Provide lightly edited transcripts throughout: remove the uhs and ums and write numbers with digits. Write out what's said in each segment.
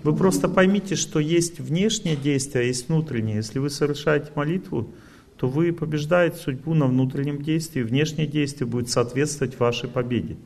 Вы просто поймите, что есть внешнее действие, а есть внутреннее. Если вы совершаете молитву, то вы побеждаете судьбу на внутреннем действии. Внешнее действие будет соответствовать вашей победе.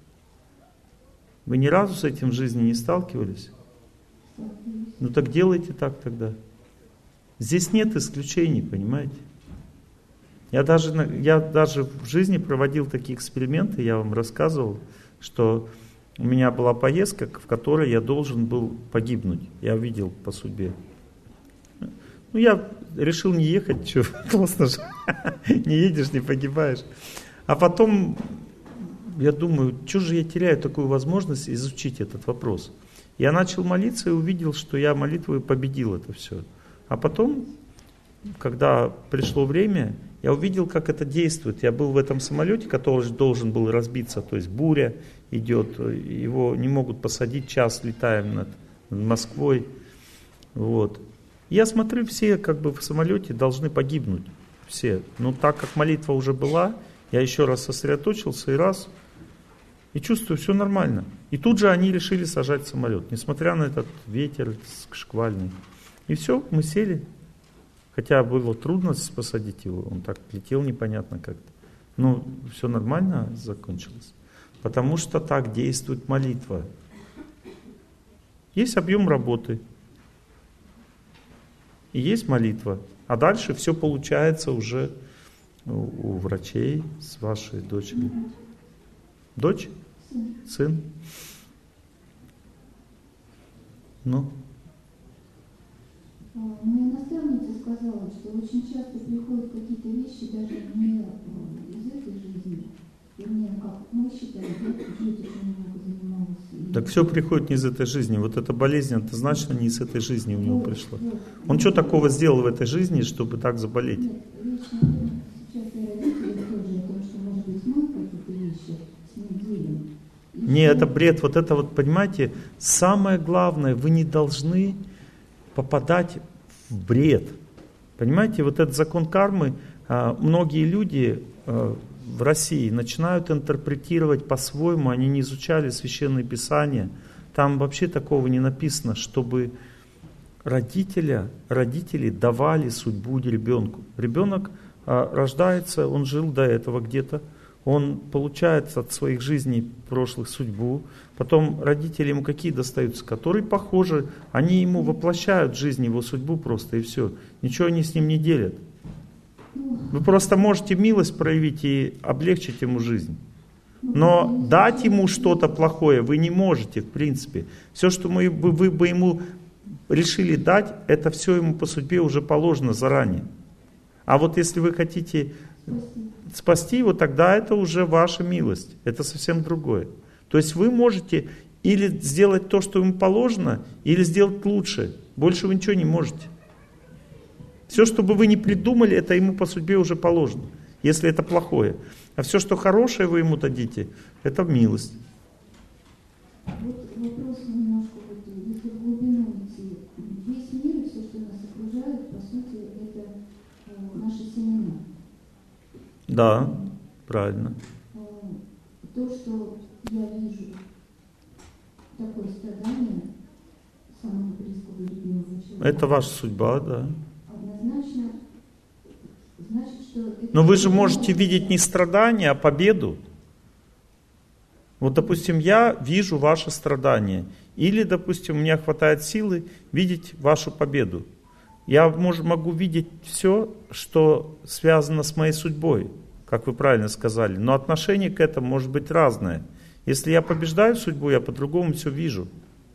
Вы ни разу с этим в жизни не сталкивались? Ну так делайте так тогда. Здесь нет исключений, понимаете? Я даже в жизни проводил такие эксперименты, я вам рассказывал, что у меня была поездка, в которой я должен был погибнуть. Я видел по судьбе. Ну, я решил не ехать, что классно же. Не едешь, не погибаешь. А потом я думаю, что же я теряю такую возможность изучить этот вопрос. Я начал молиться и увидел, что я молитвой победил это все. А потом, когда пришло время, я увидел, как это действует. Я был в этом самолете, который должен был разбиться, то есть буря идет, его не могут посадить, час летаем над Москвой. Вот. Я смотрю, все как бы в самолете должны погибнуть. Все. Но так как молитва уже была, я еще раз сосредоточился и чувствую, все нормально. И тут же они решили сажать самолет, несмотря на этот ветер шквальный. И все, мы сели. Хотя было трудно посадить его, он так летел непонятно как-то. Но все нормально закончилось. Потому что так действует молитва. Есть объем работы. И есть молитва. А дальше все получается уже у врачей с вашей дочерью. Дочь? Сын? Ну? Моя наставница сказала, что очень часто приходят какие-то вещи даже не из этой жизни. Вернее, как мы считаем, жить очень много занималась. Так все приходит не из этой жизни. Вот эта болезнь, это значно не из этой жизни у него пришла. Он что такого сделал в этой жизни, чтобы так заболеть? Нет, речь сейчас и родители тоже о том, что, может быть, мы какие-то вещи с ним делим. Не, это бред. Вот это вот, понимаете, самое главное, вы не должны попадать в бред. Понимаете, вот этот закон кармы, многие люди в России начинают интерпретировать по-своему, они не изучали священные писания. Там вообще такого не написано, чтобы родители давали судьбу ребенку. Ребенок рождается, он жил до этого где-то, он получает от своих жизней прошлых судьбу, потом родители ему какие достаются, которые похожи, они ему воплощают в жизнь его судьбу просто и все. Ничего они с ним не делят. Вы просто можете милость проявить и облегчить ему жизнь. Но дать ему что-то плохое вы не можете, в принципе. Все, что вы бы ему решили дать, это все ему по судьбе уже положено заранее. А вот если вы хотите спасти его, тогда это уже ваша милость. Это совсем другое. То есть вы можете или сделать то, что ему положено, или сделать лучше. Больше вы ничего не можете. Все, что бы вы ни придумали, это ему по судьбе уже положено, если это плохое. А все, что хорошее вы ему дадите, это милость. Вот вопрос немножко, если в глубину идти. Весь мир и все, что нас окружает, по сути, это наши семена. Да, правильно. То, что я вижу, такое страдание самого близкого любимого человека. Это ваша судьба, да. Однозначно, значит, что... Но вы же можете видеть не страдания, а победу. Вот, допустим, я вижу ваше страдание. Или, допустим, у меня хватает силы видеть вашу победу. Я могу видеть все, что связано с моей судьбой, как вы правильно сказали. Но отношение к этому может быть разное. Если я побеждаю судьбу, я по-другому все вижу.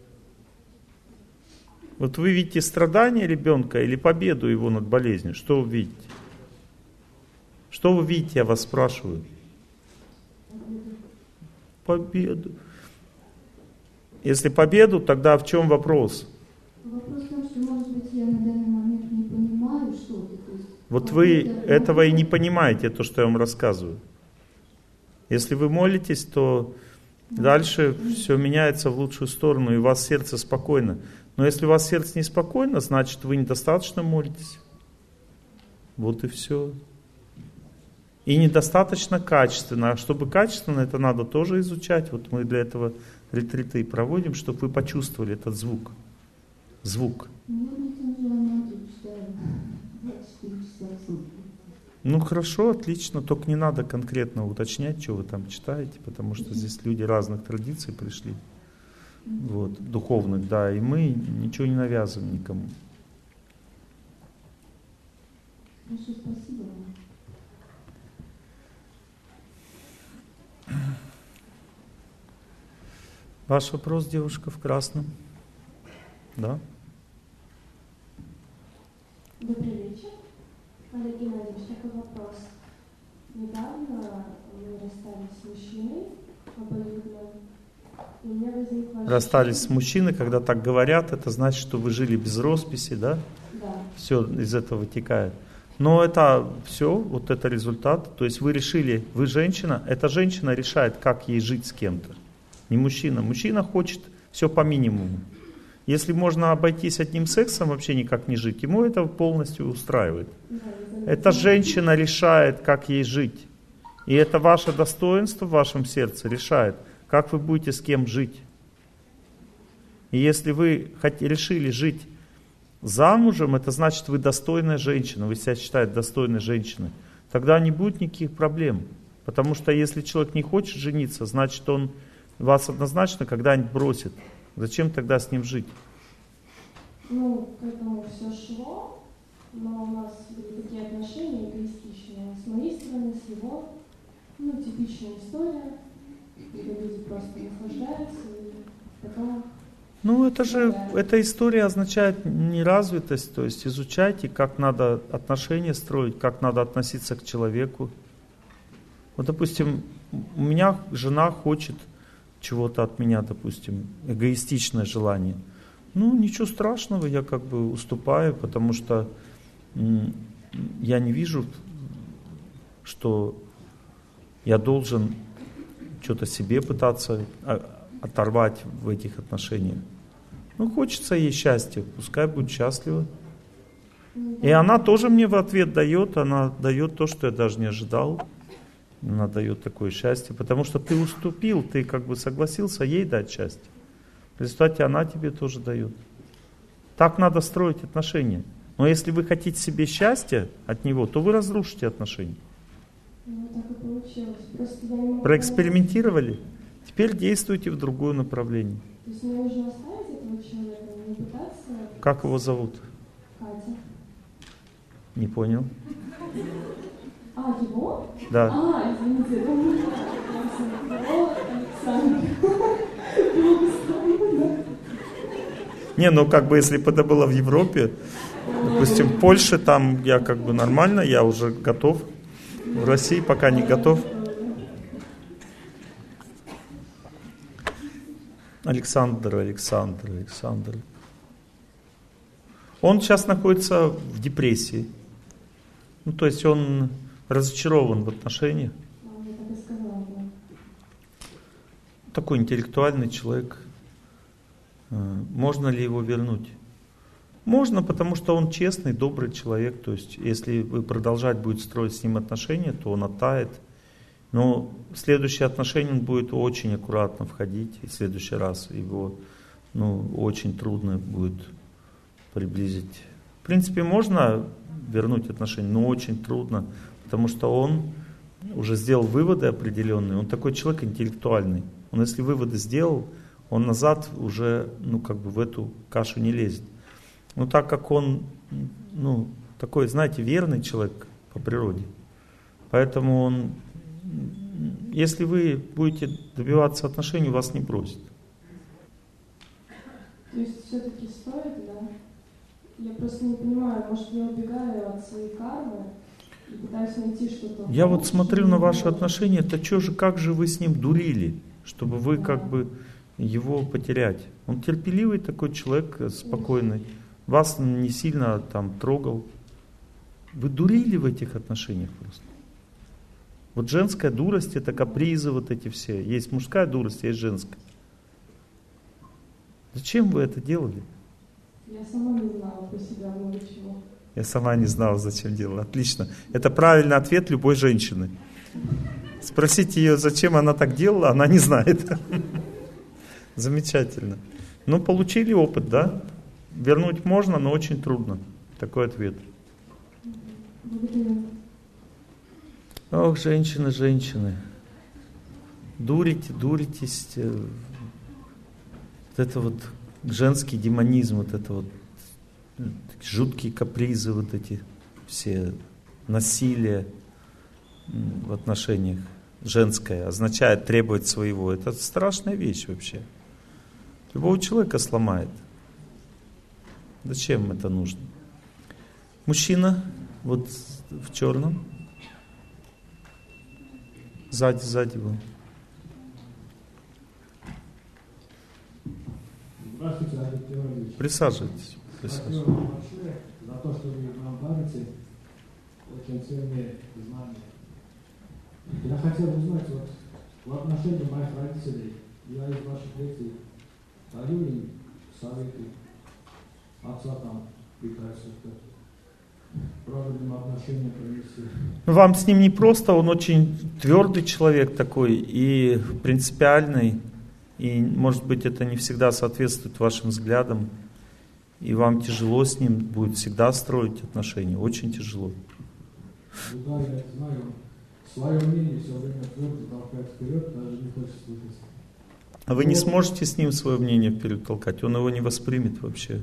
Вот вы видите страдание ребенка или победу его над болезнью? Что вы видите? Что вы видите, я вас спрашиваю? Победу. Если победу, тогда в чем вопрос? Вопрос в том, что, может быть, я на данный момент не понимаю что-то. Вот вы этого и не понимаете, то, что я вам рассказываю. Если вы молитесь, то дальше все меняется в лучшую сторону, и у вас сердце спокойно. Но если у вас сердце неспокойно, значит, вы недостаточно молитесь. Вот и все. И недостаточно качественно. А чтобы качественно, это надо тоже изучать. Вот мы для этого ретриты и проводим, чтобы вы почувствовали этот звук. звук. Я не мантру читаю 24 часа в сутки. Ну хорошо, отлично, только не надо конкретно уточнять, что вы там читаете, потому что здесь люди разных традиций пришли, вот, духовных, да, и мы ничего не навязываем никому. Хорошо, спасибо вам. Ваш вопрос, девушка в красном? Да? Добрый вечер. Олег Геннадьевич, такой вопрос. Недавно мы расстались с мужчиной обоюдно, и у меня возникло ощущение... Расстались с мужчиной, когда так говорят, это значит, что вы жили без росписи, да? Да. Все из этого вытекает. Но это все, вот это результат. То есть вы решили, вы женщина, эта женщина решает, как ей жить с кем-то. Не мужчина. Мужчина хочет все по минимуму. Если можно обойтись одним сексом, вообще никак не жить, ему это полностью устраивает. Эта женщина решает, как ей жить. И это ваше достоинство в вашем сердце решает, как вы будете с кем жить. И если вы решили жить замужем, это значит, вы достойная женщина, вы себя считаете достойной женщиной. Тогда не будет никаких проблем. Потому что если человек не хочет жениться, значит, он вас однозначно когда-нибудь бросит. Зачем тогда с ним жить? Ну, к этому все шло, но у нас были такие отношения эгоистичные. С моей стороны, с его, типичная история, когда люди просто наслаждаются, и потом... Ну, эта история означает неразвитость, то есть изучайте, как надо отношения строить, как надо относиться к человеку. Вот, допустим, у меня жена хочет чего-то от меня, допустим, эгоистичное желание. Ну, ничего страшного, я как бы уступаю, потому что я не вижу, что я должен что-то себе пытаться оторвать в этих отношениях. Ну, хочется ей счастья, пускай будет счастлива. И она тоже мне в ответ дает, она дает то, что я даже не ожидал. Она дает такое счастье, потому что ты уступил, ты как бы согласился ей дать счастье. В результате она тебе тоже дает. Так надо строить отношения. Но если вы хотите себе счастья от него, то вы разрушите отношения. Ну, так и получилось. Просто я не могу... Проэкспериментировали? Теперь действуйте в другое направление. То есть мне нужно оставить этого человека, не пытаться... Как его зовут? Катя. Не понял. А, его? Да. А, извините, я думаю, его Александр. Не, ну как бы если бы это было в Европе, допустим, в Польше, там я как бы нормально, я уже готов. В России пока не готов. Александр. Он сейчас находится в депрессии. Ну, то есть он разочарован в отношениях. Я так и сказала, да. Такой интеллектуальный человек. Можно ли его вернуть? Можно, потому что он честный, добрый человек. То есть, если вы продолжать будете строить с ним отношения, то он оттает. Но в следующие отношения он будет очень аккуратно входить. И в следующий раз его очень трудно будет приблизить. В принципе, можно вернуть отношения, но очень трудно, потому что он уже сделал выводы определенные. Он такой человек интеллектуальный. Он, если выводы сделал, он назад уже, в эту кашу не лезет. Но так как он, такой, знаете, верный человек по природе, поэтому он, если вы будете добиваться отношений, вас не бросит. То есть все-таки стоит, да? Я просто не понимаю, может, я убегаю от своей кармы и пытаюсь найти что-то. Я вот смотрю на ваши отношения, это как же вы с ним дурили, чтобы вы как бы его потерять. Он терпеливый такой человек, спокойный. Вас не сильно там трогал. Вы дурили в этих отношениях просто. Вот женская дурость, это капризы вот эти все. Есть мужская дурость, есть женская. Зачем вы это делали? Я сама не знала про себя много чего. Я сама не знала, зачем делала. Отлично. Это правильный ответ любой женщины. Спросите ее, зачем она так делала, она не знает. Замечательно. Ну, получили опыт, да? Вернуть можно, но очень трудно. Такой ответ. Благодарю. Ох, женщины, женщины. Дуритесь. Вот это вот женский демонизм, вот это вот жуткие капризы, вот эти все насилие в отношениях женское означает требовать своего. Это страшная вещь вообще. Любого человека сломает. Зачем это нужно? Мужчина, вот в черном. Сзади его. Здравствуйте, Олег Георгиевич. Присаживайтесь. Спасибо вам большое за то, что вы нам дарите очень ценные знания. Я хотел узнать, вот в отношении моих родителей, я из ваших лекций даю им советы, отца там пытаюсь к правильным отношениям привести. Вам с ним не просто, он очень твердый человек такой и принципиальный, и, может быть, это не всегда соответствует вашим взглядам, и вам тяжело с ним будет всегда строить отношения, очень тяжело. Да, я знаю, свое мнение все время твердо толкает вперед, даже не хочет слушать. А вы не сможете с ним свое мнение вперед толкать, он его не воспримет вообще.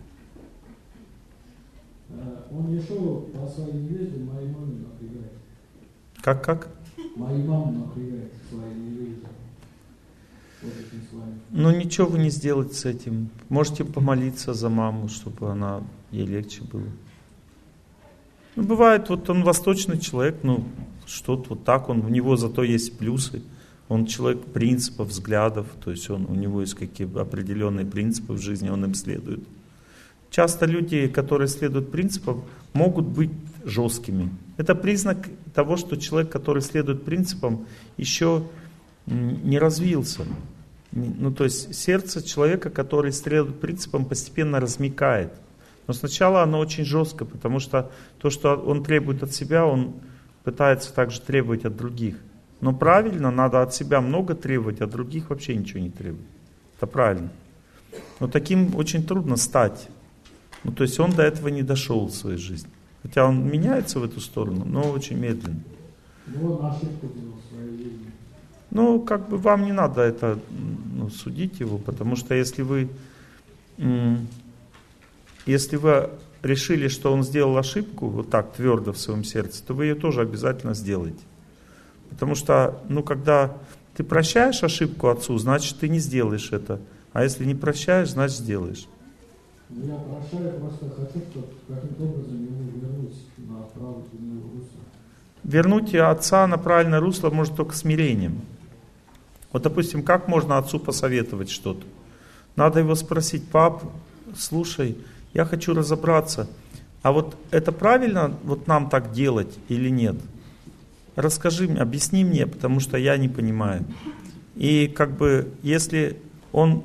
Он еще по своей невежде моей маме напрягает. Как? Мою маму напрягает своей невежде. Вот этим с вами. Ну ничего вы не сделаете с этим. Можете помолиться за маму, чтобы ей легче было. Ну, бывает, вот он восточный человек, что-то вот так, у него зато есть плюсы. Он человек принципов, взглядов, то есть у него есть какие-то определенные принципы в жизни, он им следует. Часто люди, которые следуют принципам, могут быть жесткими. Это признак того, что человек, который следует принципам, еще не развился. То есть сердце человека, который следует принципам, постепенно размякает. Но сначала оно очень жестко, потому что то, что он требует от себя, он пытается также требовать от других. Но правильно, надо от себя много требовать, от других вообще ничего не требовать. Это правильно. Но таким очень трудно стать. То есть он до этого не дошел в своей жизни. Хотя он меняется в эту сторону, но очень медленно. Он ошибку делал в своей жизни. Вам не надо это судить его, потому что если вы решили, что он сделал ошибку, вот так твердо в своем сердце, то вы ее тоже обязательно сделаете. Потому что, когда ты прощаешь ошибку отцу, значит ты не сделаешь это. А если не прощаешь, значит сделаешь. Я прощаю, просто хочу, чтобы каким-то образом его вернуть на правое русло. Вернуть отца на правильное русло может только смирением. Вот, допустим, как можно отцу посоветовать что-то? Надо его спросить: пап, слушай, я хочу разобраться, а вот это правильно вот нам так делать или нет? Расскажи мне, объясни мне, потому что я не понимаю. И если он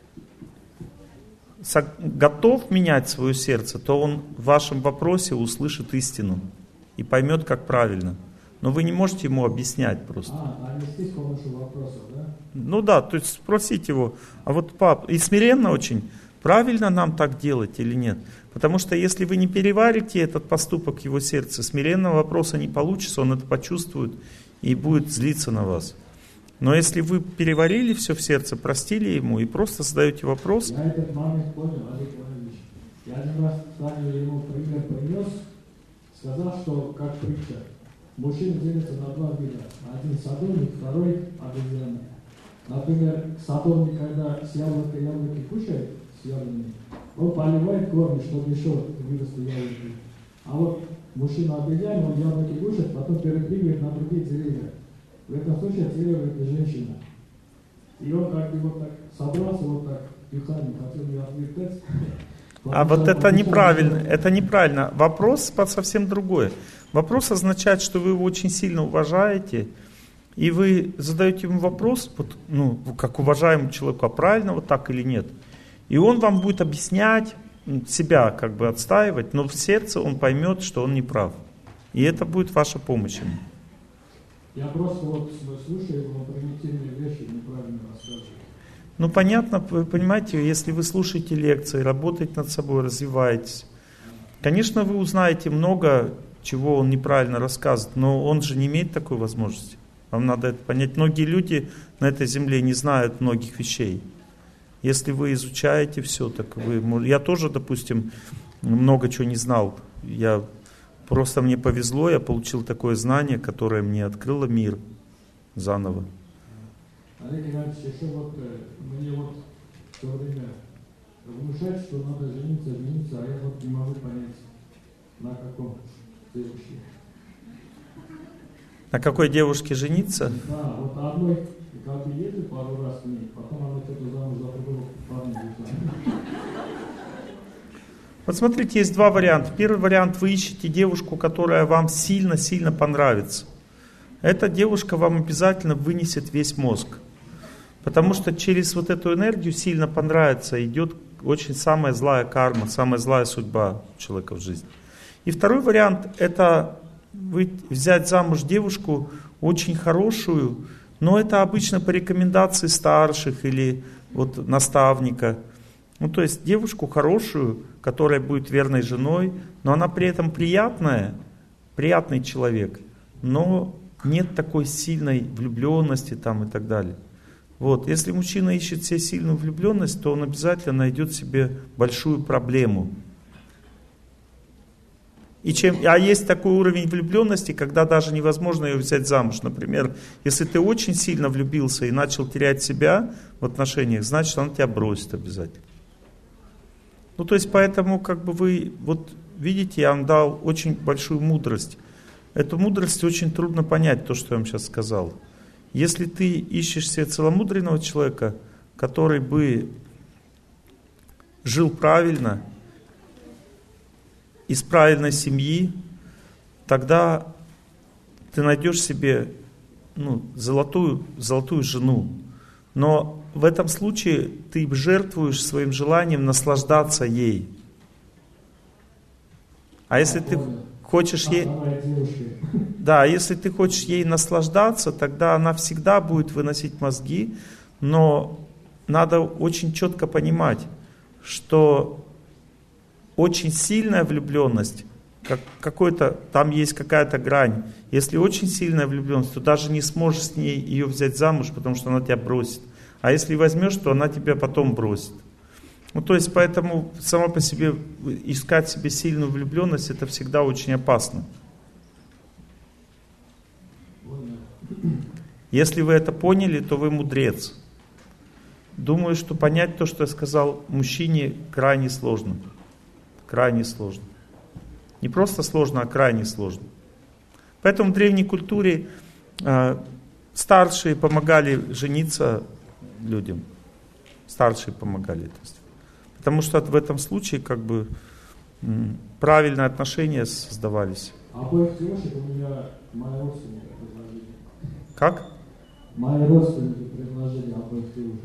готов менять свое сердце, то он в вашем вопросе услышит истину и поймет, как правильно. Но вы не можете ему объяснять просто. Объяснить с помощью вопросов, да? Да, то есть спросить его: а вот пап, и смиренно очень, правильно нам так делать или нет? Потому что если вы не переварите этот поступок в его сердце, смиренного вопроса не получится, он это почувствует и будет злиться на вас. Но если вы переварили все в сердце, простили ему и просто задаете вопрос... Я этот момент понял, Олег Иванович. Я один раз ему пример принес, сказал, что как притча. Мужчины делятся на два вида. Один садовник, второй обезьяна. Например, садовник, когда с яблоки кушает, с яблоками, он поливает корни, чтобы еще выросли яблоки. А вот мужчина-обезьяна, он яблоки кушает, потом перепрыгивает на другие деревья. В этом случае дерево это женщина. И он вот так собрался, вот так дыханием, хотел ее отвертеть. А вот это неправильно. Вопрос совсем другой. Вопрос означает, что вы его очень сильно уважаете, и вы задаете ему вопрос, как уважаемому человеку, а правильно вот так или нет. И он вам будет объяснять, себя отстаивать, но в сердце он поймет, что он не прав. И это будет ваша помощь ему. Я просто слушаю его примитивные вещи, неправильно рассказываю. Ну, понятно, вы понимаете, если вы слушаете лекции, работаете над собой, развиваетесь, конечно, вы узнаете много, чего он неправильно рассказывает, но он же не имеет такой возможности. Вам надо это понять. Многие люди на этой земле не знают многих вещей. Если вы изучаете все, так вы... Я тоже, допустим, много чего не знал. Просто мне повезло, я получил такое знание, которое мне открыло мир заново. Олег Иванович, еще мне все время внушать, что надо жениться, а я не могу понять, на каком девушке. На какой девушке жениться? Да, одной, как бы ездит пару раз к ней, потом она что-то замуж за другого парня будет. Вот смотрите, есть два варианта. Первый вариант, вы ищете девушку, которая вам сильно-сильно понравится. Эта девушка вам обязательно вынесет весь мозг. Потому что через вот эту энергию сильно понравится идет очень самая злая карма, самая злая судьба человека в жизни. И второй вариант, это вы взять замуж девушку очень хорошую, но это обычно по рекомендации старших или вот наставника. Ну, то есть девушку хорошую, которая будет верной женой, но она при этом приятная, приятный человек, но нет такой сильной влюбленности там и так далее. Вот. Если мужчина ищет себе сильную влюбленность, то он обязательно найдет себе большую проблему. А есть такой уровень влюбленности, когда даже невозможно ее взять замуж. Например, если ты очень сильно влюбился и начал терять себя в отношениях, значит, она тебя бросит обязательно. Ну, то есть, поэтому, как бы вы, вот видите, я вам дал очень большую мудрость. Эту мудрость очень трудно понять, то, что я вам сейчас сказал. Если ты ищешь себе целомудренного человека, который бы жил правильно, из правильной семьи, тогда ты найдешь себе золотую жену. Но в этом случае ты жертвуешь своим желанием наслаждаться ей. А если ты хочешь ей... Да, если ты хочешь ей наслаждаться, тогда она всегда будет выносить мозги, но надо очень четко понимать, что очень сильная влюбленность, там есть какая-то грань. Если очень сильная влюбленность, то даже не сможешь с ней ее взять замуж, потому что она тебя бросит. А если возьмешь, то она тебя потом бросит. Ну, то есть, поэтому само по себе искать себе сильную влюбленность, это всегда очень опасно. Если вы это поняли, то вы мудрец. Думаю, что понять то, что я сказал, мужчине крайне сложно. Крайне сложно. Не просто сложно, а крайне сложно. Поэтому в древней культуре старшие помогали жениться людям. Старшие помогали. Потому что в этом случае как бы правильные отношения создавались. А обоих девушек у меня мои родственники предложили. Как? Мои родственники предложили обоих девушек.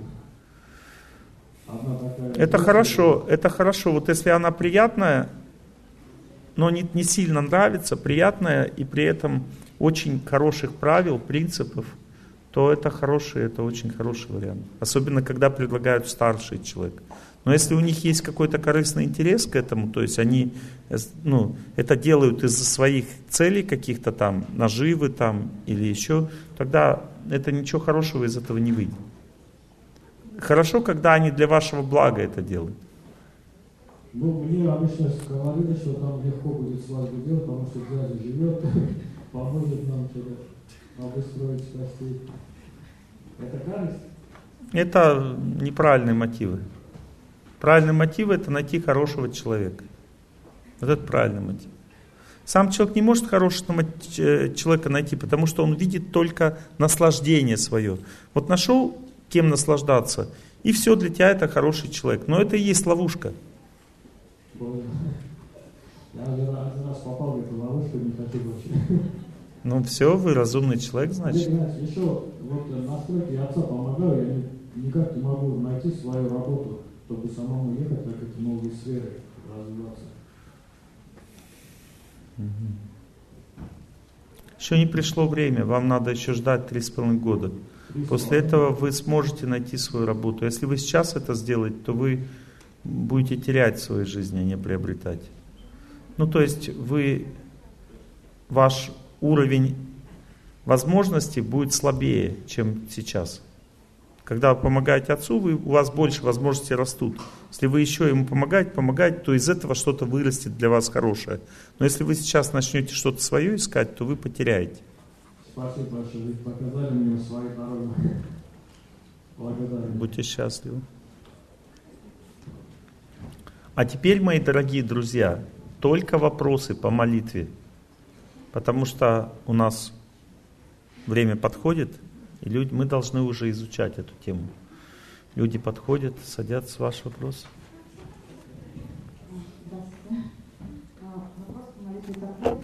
Это хорошо, это хорошо. Вот если она приятная, но не сильно нравится, приятная и при этом очень хороших правил, принципов, то это очень хороший вариант. Особенно, когда предлагают старший человек. Но если у них есть какой-то корыстный интерес к этому, то есть они это делают из-за своих целей каких-то там, наживы там или еще, тогда это ничего хорошего из этого не выйдет. Хорошо, когда они для вашего блага это делают. Мне обычно говорили, что там легко будет свадьбу делать, потому что дядя живет, поможет нам что-то обустроить костей. Это корысть? Это неправильные мотивы. Правильный мотив — это найти хорошего человека. Вот это правильный мотив. Сам человек не может хорошего человека найти, потому что он видит только наслаждение свое. Вот нашел, кем наслаждаться, и все, для тебя это хороший человек. Но это и есть ловушка. Я один раз попал в эту ловушку, не хочу больше. Ну все, вы разумный человек, значит. Еще вот настройки я отца помогаю, я никак не могу найти свою работу, чтобы самому ехать, как эти новые сферы развиваться. Еще не пришло время, вам надо еще ждать 3,5 года. После этого вы сможете найти свою работу. Если вы сейчас это сделаете, то вы будете терять в своей жизни, а не приобретать. Ну, то есть ваш уровень возможностей будет слабее, чем сейчас. Когда вы помогаете отцу, у вас больше возможностей растут. Если вы еще ему помогаете, то из этого что-то вырастет для вас хорошее. Но если вы сейчас начнете что-то свое искать, то вы потеряете. Спасибо большое, вы показали мне свою дорогу. Благодарю. Будьте счастливы. А теперь, мои дорогие друзья, только вопросы по молитве. Потому что у нас время подходит, и мы должны уже изучать эту тему. Люди подходят, садятся. Ваш вопрос. Вопрос по молитве такой.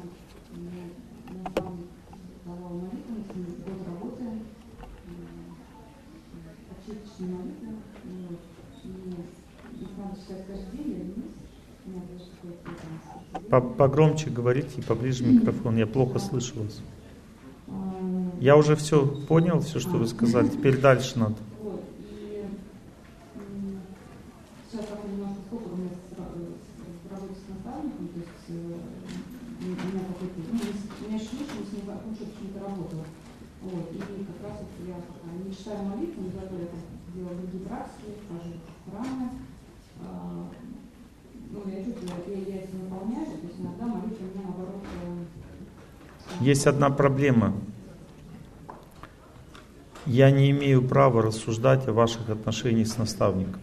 Я сам давал молитву, год работы, почеточные молитвы. И надо читать каждый день или нет? У меня даже какой-то Погромче говорите и поближе микрофон. Я плохо слышу вас. Я уже все понял, все, что вы сказали. Теперь дальше надо. Вот. И сейчас я немножко сколько у меня работы с наставником, то есть у меня какой-то, у меня ощущение, что с ним почему-то работала. Вот. И как раз вот я не читаю молитву, не готовлю это делаю другие практики, хожу в храмы. Ну, я чувствую, я это наполняю, то есть иногда молитва у меня наоборот. Есть одна проблема. Я не имею права рассуждать о ваших отношениях с наставником.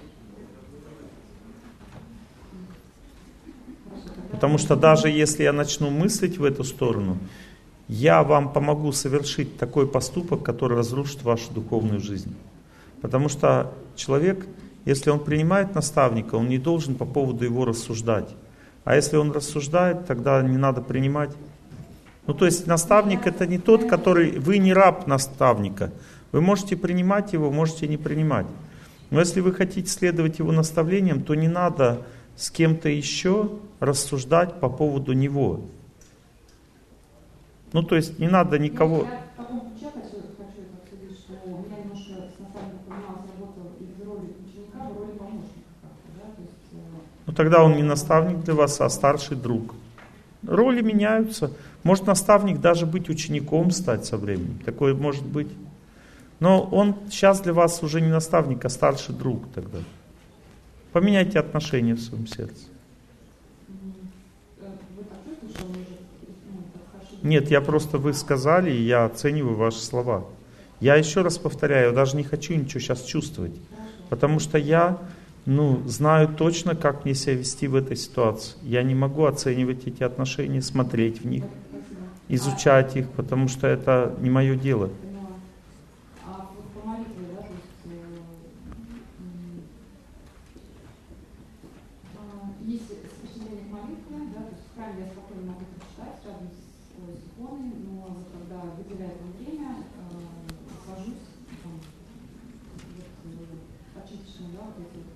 Потому что даже если я начну мыслить в эту сторону, я вам помогу совершить такой поступок, который разрушит вашу духовную жизнь. Потому что человек, если он принимает наставника, он не должен по поводу его рассуждать. А если он рассуждает, тогда не надо принимать. Ну, то есть наставник это не тот, который... Вы не раб наставника. Вы можете принимать его, можете не принимать. Но если вы хотите следовать его наставлениям, то не надо с кем-то еще рассуждать по поводу него. Ну, то есть не надо никого... Я в таком ключе хочу это обсудить, что у меня немножко с наставником поменялась работа из роли ученика в роли помощника. Да? То есть, Ну, тогда он не наставник для вас, а старший друг. Роли меняются. Может наставник даже быть учеником стать со временем. Такое может быть. Но он сейчас для вас уже не наставник, а старший друг тогда. Поменяйте отношения в своем сердце. вы так чувствуете, что вы уже хорошо? Нет, вы сказали, и я оцениваю ваши слова. Я еще раз повторяю, я даже не хочу ничего сейчас чувствовать. Потому что я знаю точно, как мне себя вести в этой ситуации. Я не могу оценивать эти отношения, смотреть в них, изучать их, потому что это не мое дело. А по молитве, да, то есть сопротивление к молитве, да, то есть в храме я спокойно могу прочитать рядом с иконой, но когда выделяю там время, сажусь, почиточно, да, вот эти.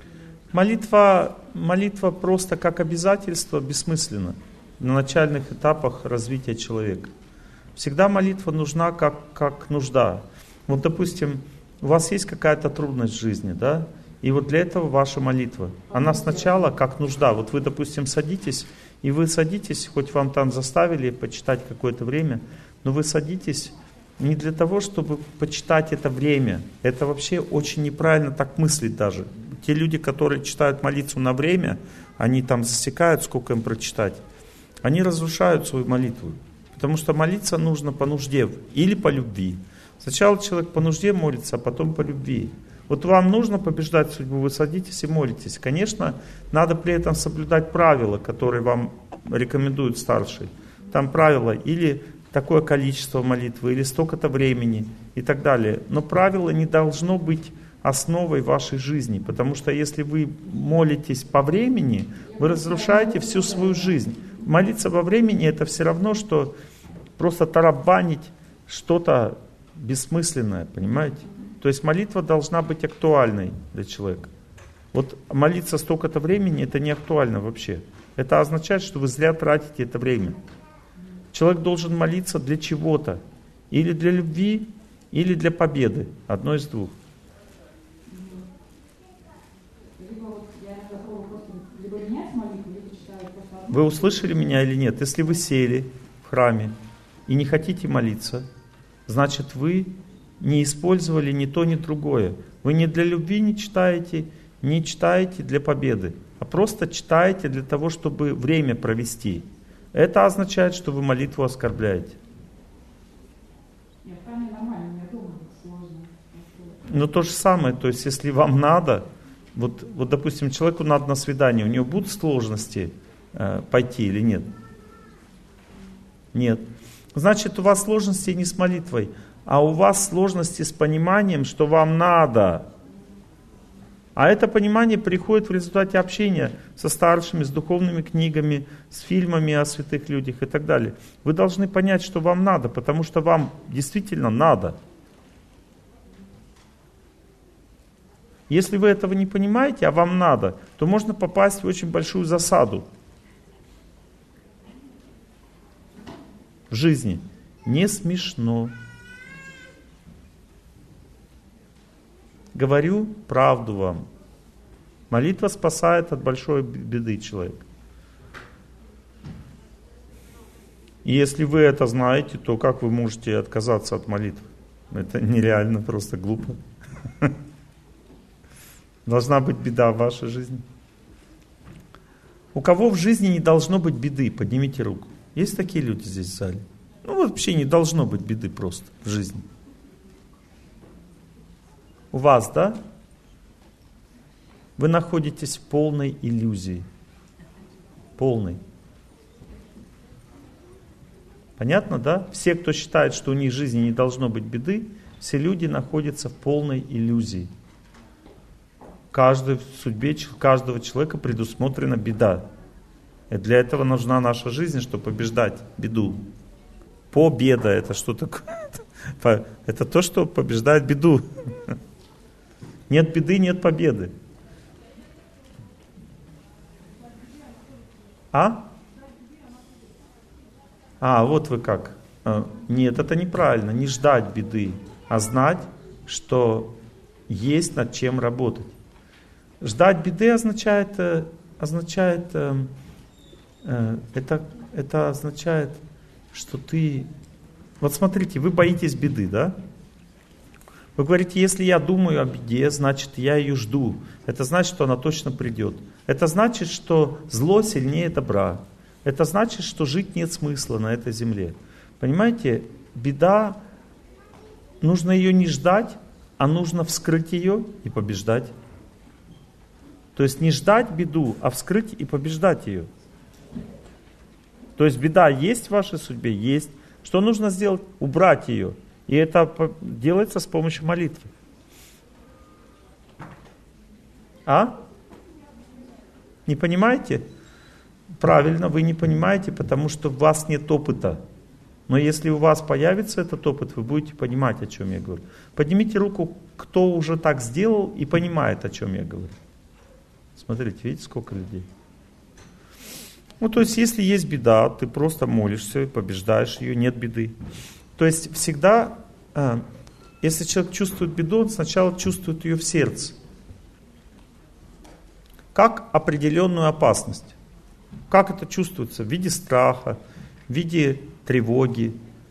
Молитва просто как обязательство бессмысленна на начальных этапах развития человека. Всегда молитва нужна как нужда. Вот, допустим, у вас есть какая-то трудность в жизни, да? И вот для этого ваша молитва. Она сначала как нужда. Вот вы, допустим, садитесь, и вы садитесь, хоть вам там заставили почитать какое-то время, но вы садитесь не для того, чтобы почитать это время. Это вообще очень неправильно так мыслить даже. Те люди, которые читают молитву на время, они там засекают, сколько им прочитать. Они разрушают свою молитву. Потому что молиться нужно по нужде или по любви. Сначала человек по нужде молится, а потом по любви. Вот вам нужно побеждать судьбу, вы садитесь и молитесь. Конечно, надо при этом соблюдать правила, которые вам рекомендует старший. Там правила или такое количество молитвы, или столько-то времени и так далее. Но правило не должно быть основой вашей жизни, потому что если вы молитесь по времени, вы разрушаете всю свою жизнь. Молиться во времени это все равно, что просто тарабанить что-то бессмысленное, понимаете? То есть молитва должна быть актуальной для человека. Вот молиться столько-то времени это не актуально вообще. Это означает, что вы зря тратите это время. Человек должен молиться для чего-то. Или для любви, или для победы. Одно из двух. Либо вот я иногда пробую просто либо менять молитву, либо читаю просто одну. Вы услышали меня или нет? Если вы сели в храме и не хотите молиться, значит вы не использовали ни то, ни другое. Вы не для любви не читаете для победы, а просто читаете для того, чтобы время провести. Это означает, что вы молитву оскорбляете. Нет, в храме нормально, мне дома сложно. Но то же самое, то есть если вам надо, вот допустим, человеку надо на свидание, у него будут сложности пойти или нет? Нет. Значит, у вас сложности не с молитвой, а у вас сложности с пониманием, что вам надо. А это понимание приходит в результате общения со старшими, с духовными книгами, с фильмами о святых людях и так далее. Вы должны понять, что вам надо, потому что вам действительно надо. Если вы этого не понимаете, а вам надо, то можно попасть в очень большую засаду в жизни. Не смешно. Говорю правду вам. Молитва спасает от большой беды человека. И если вы это знаете, то как вы можете отказаться от молитвы? Это нереально, просто глупо. Должна быть беда в вашей жизни. У кого в жизни не должно быть беды? Поднимите руку. Есть такие люди здесь в зале? Ну вообще не должно быть беды просто в жизни. У вас, да? Вы находитесь в полной иллюзии. Полной. Понятно, да? Все, кто считает, что у них в жизни не должно быть беды, все люди находятся в полной иллюзии. В судьбе каждого человека предусмотрена беда. И для этого нужна наша жизнь, чтобы побеждать беду. Победа — это что такое? Это то, что побеждает беду. Нет беды, нет победы. Вот вы как. Нет, это неправильно. Не ждать беды, а знать, что есть над чем работать. Ждать беды означает, что ты... Вот смотрите, вы боитесь беды, да? Вы говорите, если я думаю о беде, значит я ее жду. Это значит, что она точно придет. Это значит, что зло сильнее добра. Это значит, что жить нет смысла на этой земле. Понимаете, беда, нужно ее не ждать, а нужно вскрыть ее и побеждать. То есть не ждать беду, а вскрыть и побеждать ее. То есть беда есть в вашей судьбе? Есть. Что нужно сделать? Убрать ее. И это делается с помощью молитвы. Не понимаете? Правильно, вы не понимаете, потому что у вас нет опыта. Но если у вас появится этот опыт, вы будете понимать, о чем я говорю. Поднимите руку, кто уже так сделал и понимает, о чем я говорю. Смотрите, видите, сколько людей. То есть, если есть беда, ты просто молишься и побеждаешь ее, нет беды. То есть, всегда, если человек чувствует беду, он сначала чувствует ее в сердце. Как определенную опасность. Как это чувствуется? В виде страха, в виде тревоги,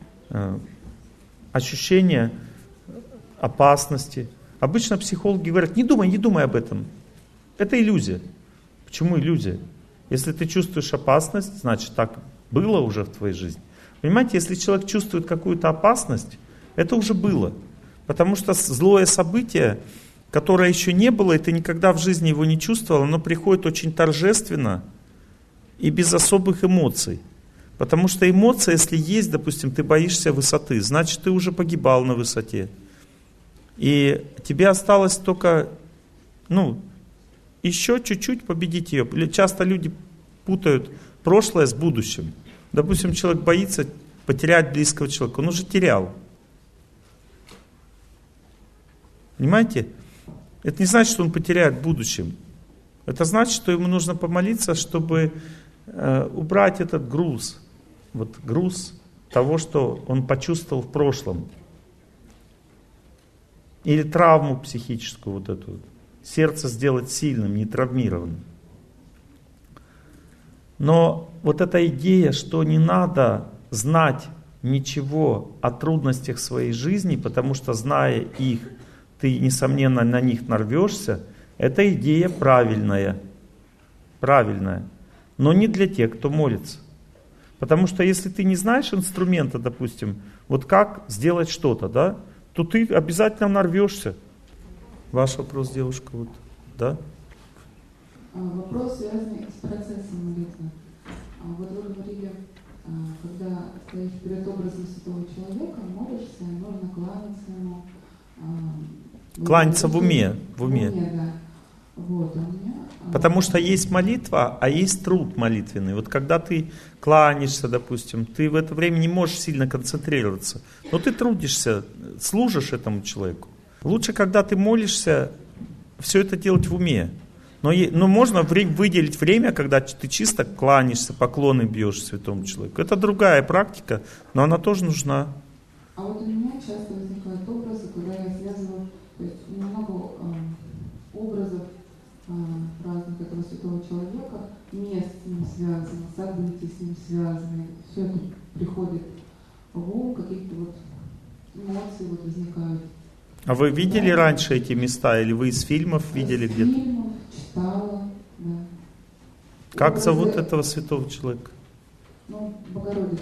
ощущения опасности. Обычно психологи говорят, не думай об этом. Это иллюзия. Почему иллюзия? Если ты чувствуешь опасность, значит так было уже в твоей жизни. Понимаете, если человек чувствует какую-то опасность, это уже было. Потому что злое событие, которое еще не было, и ты никогда в жизни его не чувствовал, оно приходит очень торжественно и без особых эмоций. Потому что эмоция, если есть, допустим, ты боишься высоты, значит ты уже погибал на высоте. И тебе осталось только, еще чуть-чуть победить ее. Часто люди путают прошлое с будущим. Допустим, человек боится потерять близкого человека. Он уже терял. Понимаете? Это не значит, что он потеряет в будущем. Это значит, что ему нужно помолиться, чтобы убрать этот груз. Груз того, что он почувствовал в прошлом. Или травму психическую вот эту. Сердце сделать сильным, не травмированным. Но вот эта идея, что не надо знать ничего о трудностях своей жизни, потому что, зная их, ты, несомненно, на них нарвешься, эта идея правильная. Правильная. Но не для тех, кто молится. Потому что если ты не знаешь инструмента, допустим, вот как сделать что-то, да, то ты обязательно нарвешься. Ваш вопрос, девушка, вот, да? Вопрос связанный с процессом молитвы. Вот вы говорили, когда стоишь перед образом святого человека, молишься, нужно кланяться ему. Кланяться в уме. В уме. Да. Вот, у меня, Потому что есть молитва, а есть труд молитвенный. Вот когда ты кланяешься, допустим, ты в это время не можешь сильно концентрироваться. Но ты трудишься, служишь этому человеку. Лучше, когда ты молишься, все это делать в уме. Но можно выделить время, когда ты чисто кланяешься, поклоны бьешь святому человеку. Это другая практика, но она тоже нужна. А вот у меня часто возникают образы, когда я связываю, то есть у меня много образов разных этого святого человека, мест с ним связаны, событий с ним связаны. Все это приходит в ум, какие-то вот эмоции вот возникают. А вы видели раньше эти места, или вы из фильмов видели где-то? Из фильмов, читала, да. Как зовут этого святого человека? Богородица.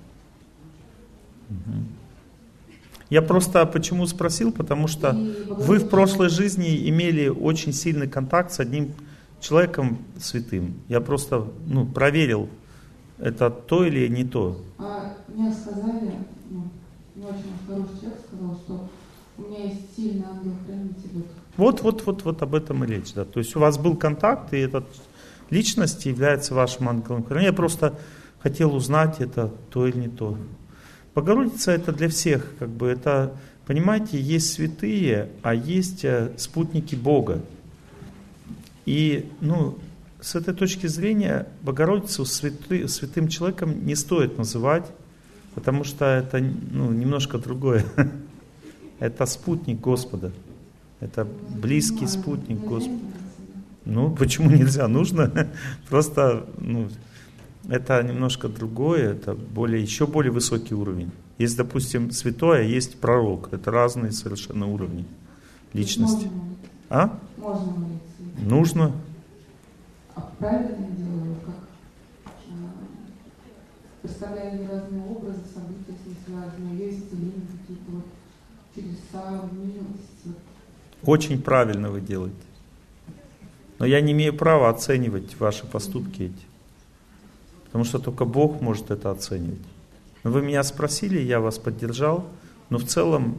Я просто почему спросил, потому что вы в прошлой жизни имели очень сильный контакт с одним человеком святым. Я просто проверил, это то или не то. Мне сказали, не очень хороший человек сказал, что у меня есть сильный ангел-хранитель. Вот об этом и речь. Да. То есть у вас был контакт, и эта личность является вашим ангелом-хранителем. Я просто хотел узнать, это то или не то. Богородица это для всех, это, понимаете, есть святые, а есть спутники Бога. И, с этой точки зрения, Богородицу святым человеком не стоит называть, потому что это, немножко другое. Это спутник Господа. Это близкий спутник Господа. Почему нельзя? Нужно. Просто, это немножко другое, это еще более высокий уровень. Есть, допустим, святой, а есть пророк. Это разные совершенно уровни личности. Можно молиться. Нужно. А правильно я делаю, как представляю разные образы, события с ним связанные, есть исцеления какие-то чудеса, милость. Очень правильно вы делаете. Но я не имею права оценивать ваши поступки эти. Потому что только Бог может это оценивать. Но вы меня спросили, я вас поддержал, но в целом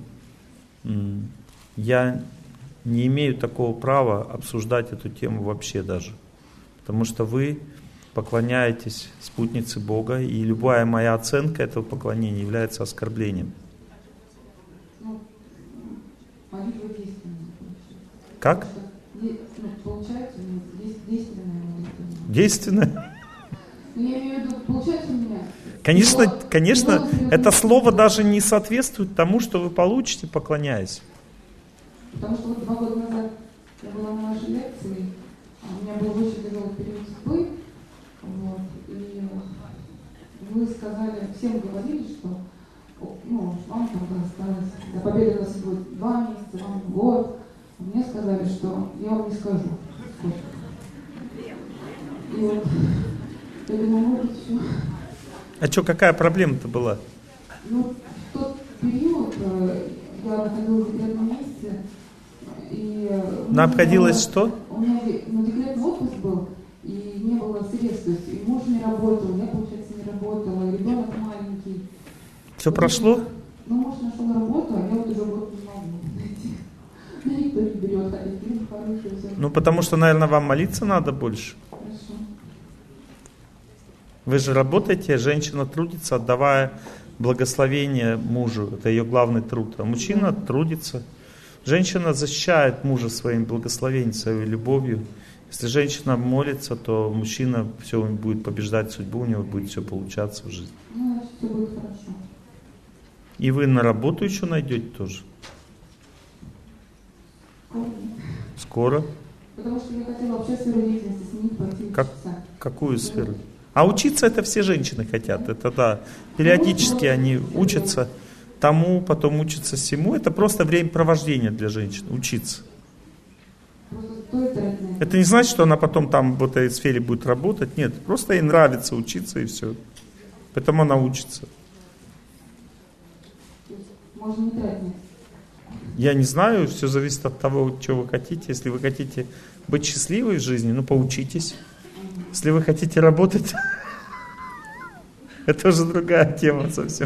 я не имею такого права обсуждать эту тему вообще даже. Потому что вы поклоняетесь спутнице Бога, и любая моя оценка этого поклонения является оскорблением. Молитва действенная. Как? Получается, действенная молитва. Действенная? Я имею в виду, получается у меня... Конечно, это слово даже не соответствует тому, что вы получите, поклоняясь. Потому что 2 года назад я была на вашей лекции, у меня был очень тяжелый период судьбы, и вы сказали, всем говорили, что вам там осталось, до победы у вас будет 2 месяца, вам год. А мне сказали, что я вам не скажу. И я думаю, может все. А что, какая проблема-то была? В тот период я находилась в декретном месяце, и... Находилась что? У меня декретный отпуск был, и не было средств, то есть и муж не работал, я, получается, не работала, и ребенок маленький. Все прошло? Муж нашел работу, а я вот уже год не могу найти. Никто не берет, хотя фильм хороший, все. Потому что, наверное, вам молиться надо больше. Хорошо. Вы же работаете, женщина трудится, отдавая благословение мужу. Это ее главный труд. А мужчина трудится. Женщина защищает мужа своим благословением, своей любовью. Если женщина молится, то мужчина все будет побеждать судьбу, у него будет все получаться в жизни. Значит, все будет хорошо. И вы на работу еще найдете тоже? Скоро. Потому что я хотела вообще сферу деятельности сменить, пойти учиться. Какую сферу? А учиться это все женщины хотят. Это да. Периодически они учатся тому, потом учатся всему. Это просто времяпровождение для женщин. Учиться. Это не значит, что она потом там в этой сфере будет работать. Нет, просто ей нравится учиться и все. Поэтому она учится. Можно не тратить. Я не знаю, все зависит от того, что вы хотите. Если вы хотите быть счастливой в жизни, ну поучитесь. Если вы хотите работать, это уже другая тема совсем.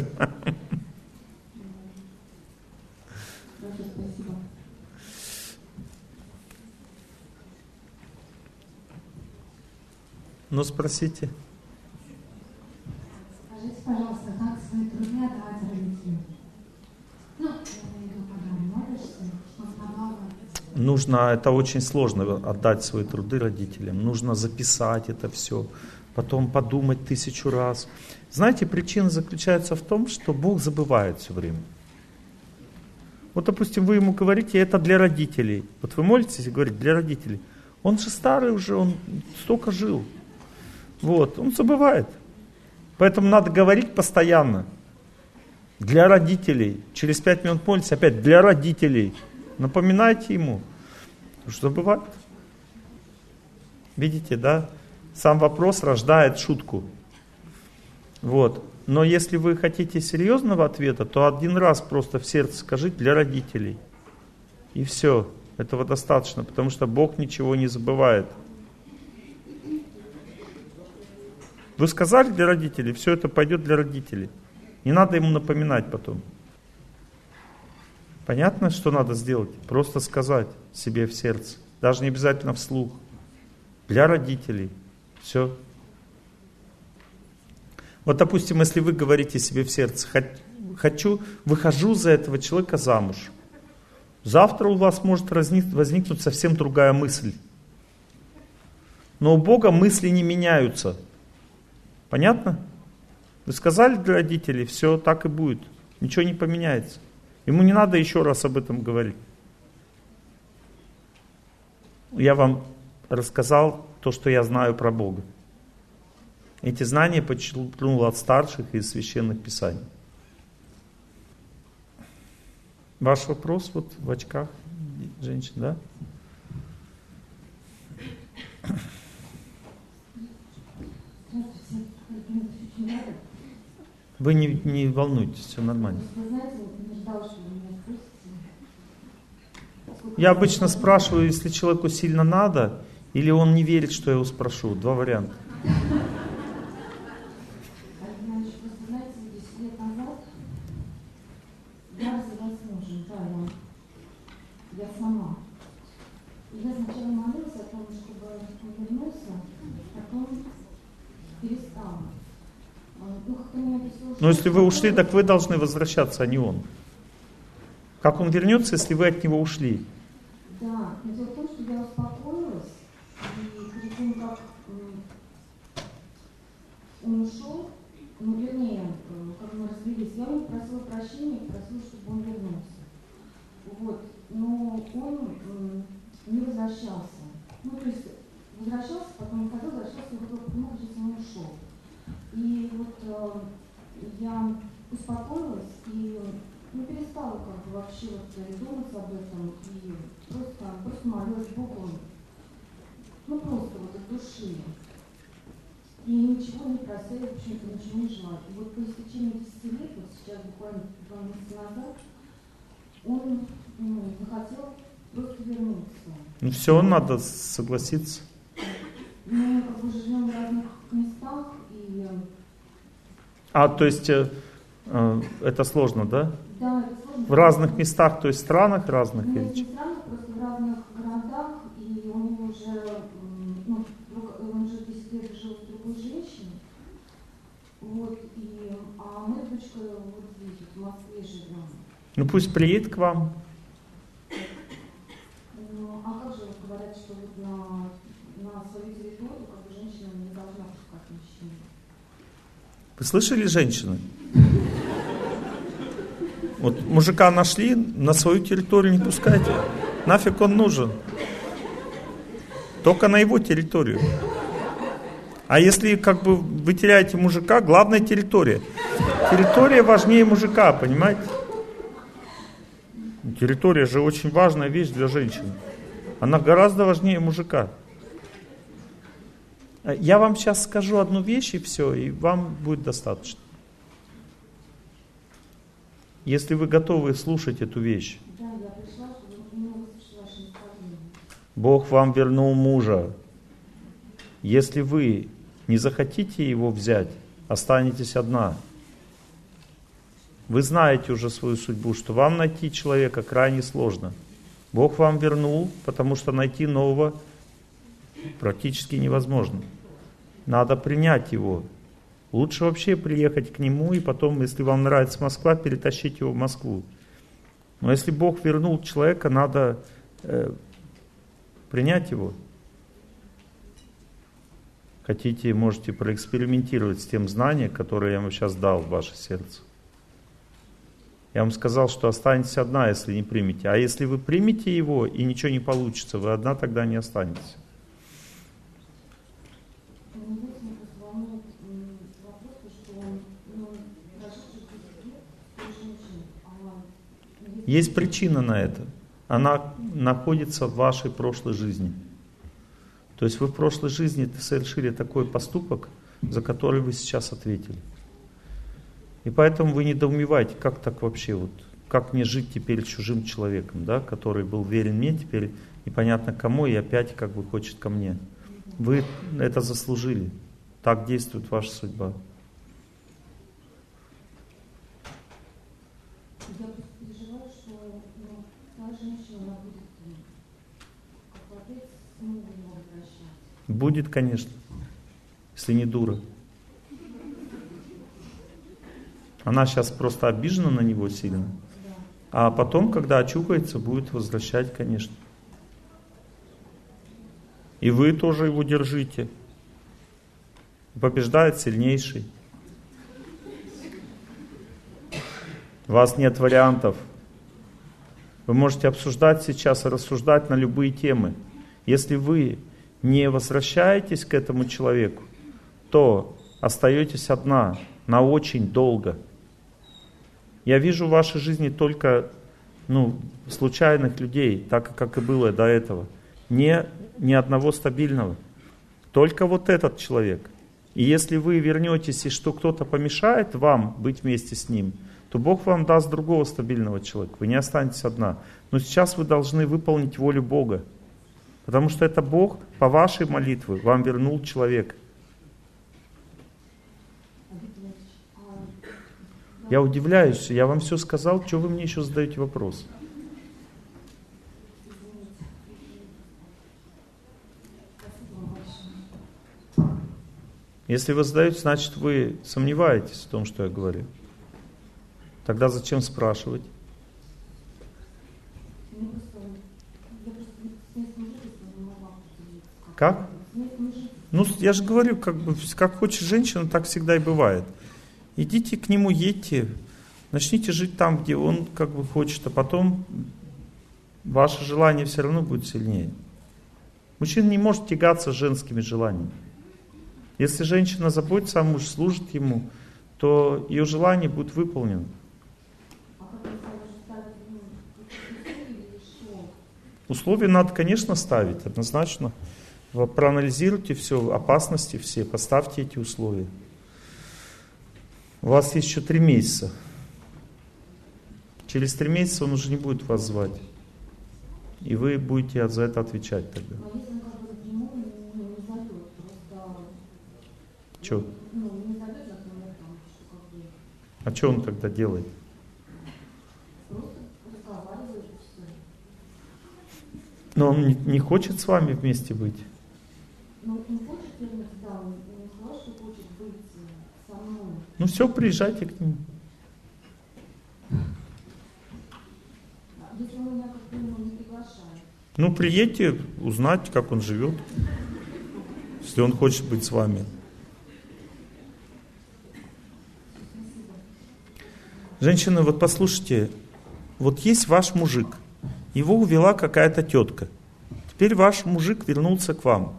Ну, спросите. Скажите, пожалуйста, как свои труды отдавать родителям? Ну, я имею в виду, когда молишься, чтобы отдавала. Нужно, это очень сложно отдать свои труды родителям. Нужно записать это все, потом подумать 1000 раз. Знаете, причина заключается в том, что Бог забывает все время. Вот, допустим, вы ему говорите, это для родителей. Вот вы молитесь и говорите, для родителей. Он же старый уже, он столько жил. Вот, он забывает. Поэтому надо говорить постоянно. Для родителей. Через 5 минут молитесь, опять для родителей. Напоминайте ему, что забывает. Видите, да? Сам вопрос рождает шутку. Вот. Но если вы хотите серьезного ответа, то один раз просто в сердце скажите для родителей. И все. Этого достаточно, потому что Бог ничего не забывает. Вы сказали для родителей, все это пойдет для родителей. Не надо ему напоминать потом. Понятно, что надо сделать? Просто сказать себе в сердце. Даже не обязательно вслух. Для родителей. Все. Вот, допустим, если вы говорите себе в сердце, выхожу за этого человека замуж. Завтра у вас может возникнуть совсем другая мысль. Но у Бога мысли не меняются. Понятно? Вы сказали для родителей, все, так и будет. Ничего не поменяется. Ему не надо еще раз об этом говорить. Я вам рассказал то, что я знаю про Бога. Эти знания почерпнул от старших из священных писаний. Ваш вопрос вот в очках, женщина, да? Вы не волнуйтесь, все нормально. Я обычно спрашиваю, если человеку сильно надо, или он не верит, что я его спрошу. 2 варианта. Я сама. Я сначала молилась о том, чтобы он вернулся, потом перестала. Но если вы ушли, так вы должны возвращаться, а не он. Как он вернется, если вы от него ушли? Да, но дело в том, что я успокоилась, и перед тем, как он ушел, вернее, как мы развелись, я ему просила прощения, просила, чтобы он вернулся. Вот. Но он не возвращался. Ну, то есть возвращался, потом уходил, возвращался, и вдруг много жизни он ушел. И вот я успокоилась и перестала как бы вообще вот думать об этом и просто молилась Богу, ну просто вот от души. И ничего не просила, почему-то ничего не желала. И вот по истечении 10 лет, вот сейчас буквально 2 месяца назад, он захотел просто вернуться. Ну все, надо согласиться. Мы как бы живем в разных местах и... То есть это сложно, да? Да, это сложно. В разных местах, то есть странах разных? Нет, не странах, просто в разных городах, и у него уже, он уже 10 лет жил с другой женщиной. Вот, а мы с дочкой вот здесь, вот, в Москве живем. Ну пусть приедет к вам. А как же говорят, что вот на свою территорию как бы женщина не должна пускать мужчину? Вы слышали, женщины? Вот мужика нашли, на свою территорию не пускайте. Нафиг он нужен? только на его территорию. А если как бы вы теряете мужика, главная территория. Территория важнее мужика, понимаете? Территория же очень важная вещь для женщины. Она гораздо важнее мужика. Я вам сейчас скажу одну вещь и все, и вам будет достаточно. Если вы готовы слушать эту вещь. Да, я пришла, чтобы немного слушать ваши наставления. Бог вам вернул мужа. Если вы не захотите его взять, останетесь одна. Вы знаете уже свою судьбу, что вам найти человека крайне сложно. Бог вам вернул, потому что найти нового практически невозможно. Надо принять его. Лучше вообще приехать к нему и потом, если вам нравится Москва, перетащить его в Москву. Но если Бог вернул человека, надо принять его. Хотите, можете проэкспериментировать с тем знанием, которое я вам сейчас дал в ваше сердце. Я вам сказал, что останетесь одна, если не примете. А если вы примете его и ничего не получится, вы одна тогда не останетесь. Есть причина на это. Она находится в вашей прошлой жизни. То есть вы в прошлой жизни совершили такой поступок, за который вы сейчас ответили. И поэтому вы недоумеваете, как так вообще, вот, как мне жить теперь с чужим человеком, да, который был верен мне, теперь непонятно кому и опять как бы хочет ко мне. Вы это заслужили. Так действует ваша судьба. Я просто переживаю, что та женщина, она будет как отец снова его возвращать. Будет, конечно, если не дура. Она сейчас просто обижена на него сильно. А потом, когда очухается, будет возвращать, конечно. И вы тоже его держите. Побеждает сильнейший. У вас нет вариантов. Вы можете обсуждать сейчас и рассуждать на любые темы. Если вы не возвращаетесь к этому человеку, то остаетесь одна на очень долго. Я вижу в вашей жизни только случайных людей, так как и было до этого. Ни одного стабильного. Только вот этот человек. И если вы вернетесь, и что кто-то помешает вам быть вместе с ним, то Бог вам даст другого стабильного человека. Вы не останетесь одна. Но сейчас вы должны выполнить волю Бога. Потому что это Бог по вашей молитве вам вернул человека. Я удивляюсь, я вам все сказал, что вы мне еще задаете вопрос? Если вы задаете, значит вы сомневаетесь в том, что я говорю. Тогда зачем спрашивать? Как? Я же говорю, как хочет женщина, так всегда и бывает. Идите к нему, едьте, начните жить там, где он хочет, а потом ваше желание все равно будет сильнее. Мужчина не может тягаться с женскими желаниями. Если женщина заботится о муже, служит ему, то ее желание будет выполнено. Условия надо, конечно, ставить, однозначно. Вы проанализируйте все, опасности все, поставьте эти условия. У вас есть еще 3 месяца. Через 3 месяца он уже не будет вас звать. И вы будете за это отвечать тогда. Че? А что он тогда делает? Но он не хочет с вами вместе быть? Ну все, приезжайте к нему. Если он меня как-то не приглашает. Ну приедьте узнать, как он живет, если он хочет быть с вами. Женщины, вот послушайте, вот есть ваш мужик, его увела какая-то тетка. Теперь ваш мужик вернулся к вам.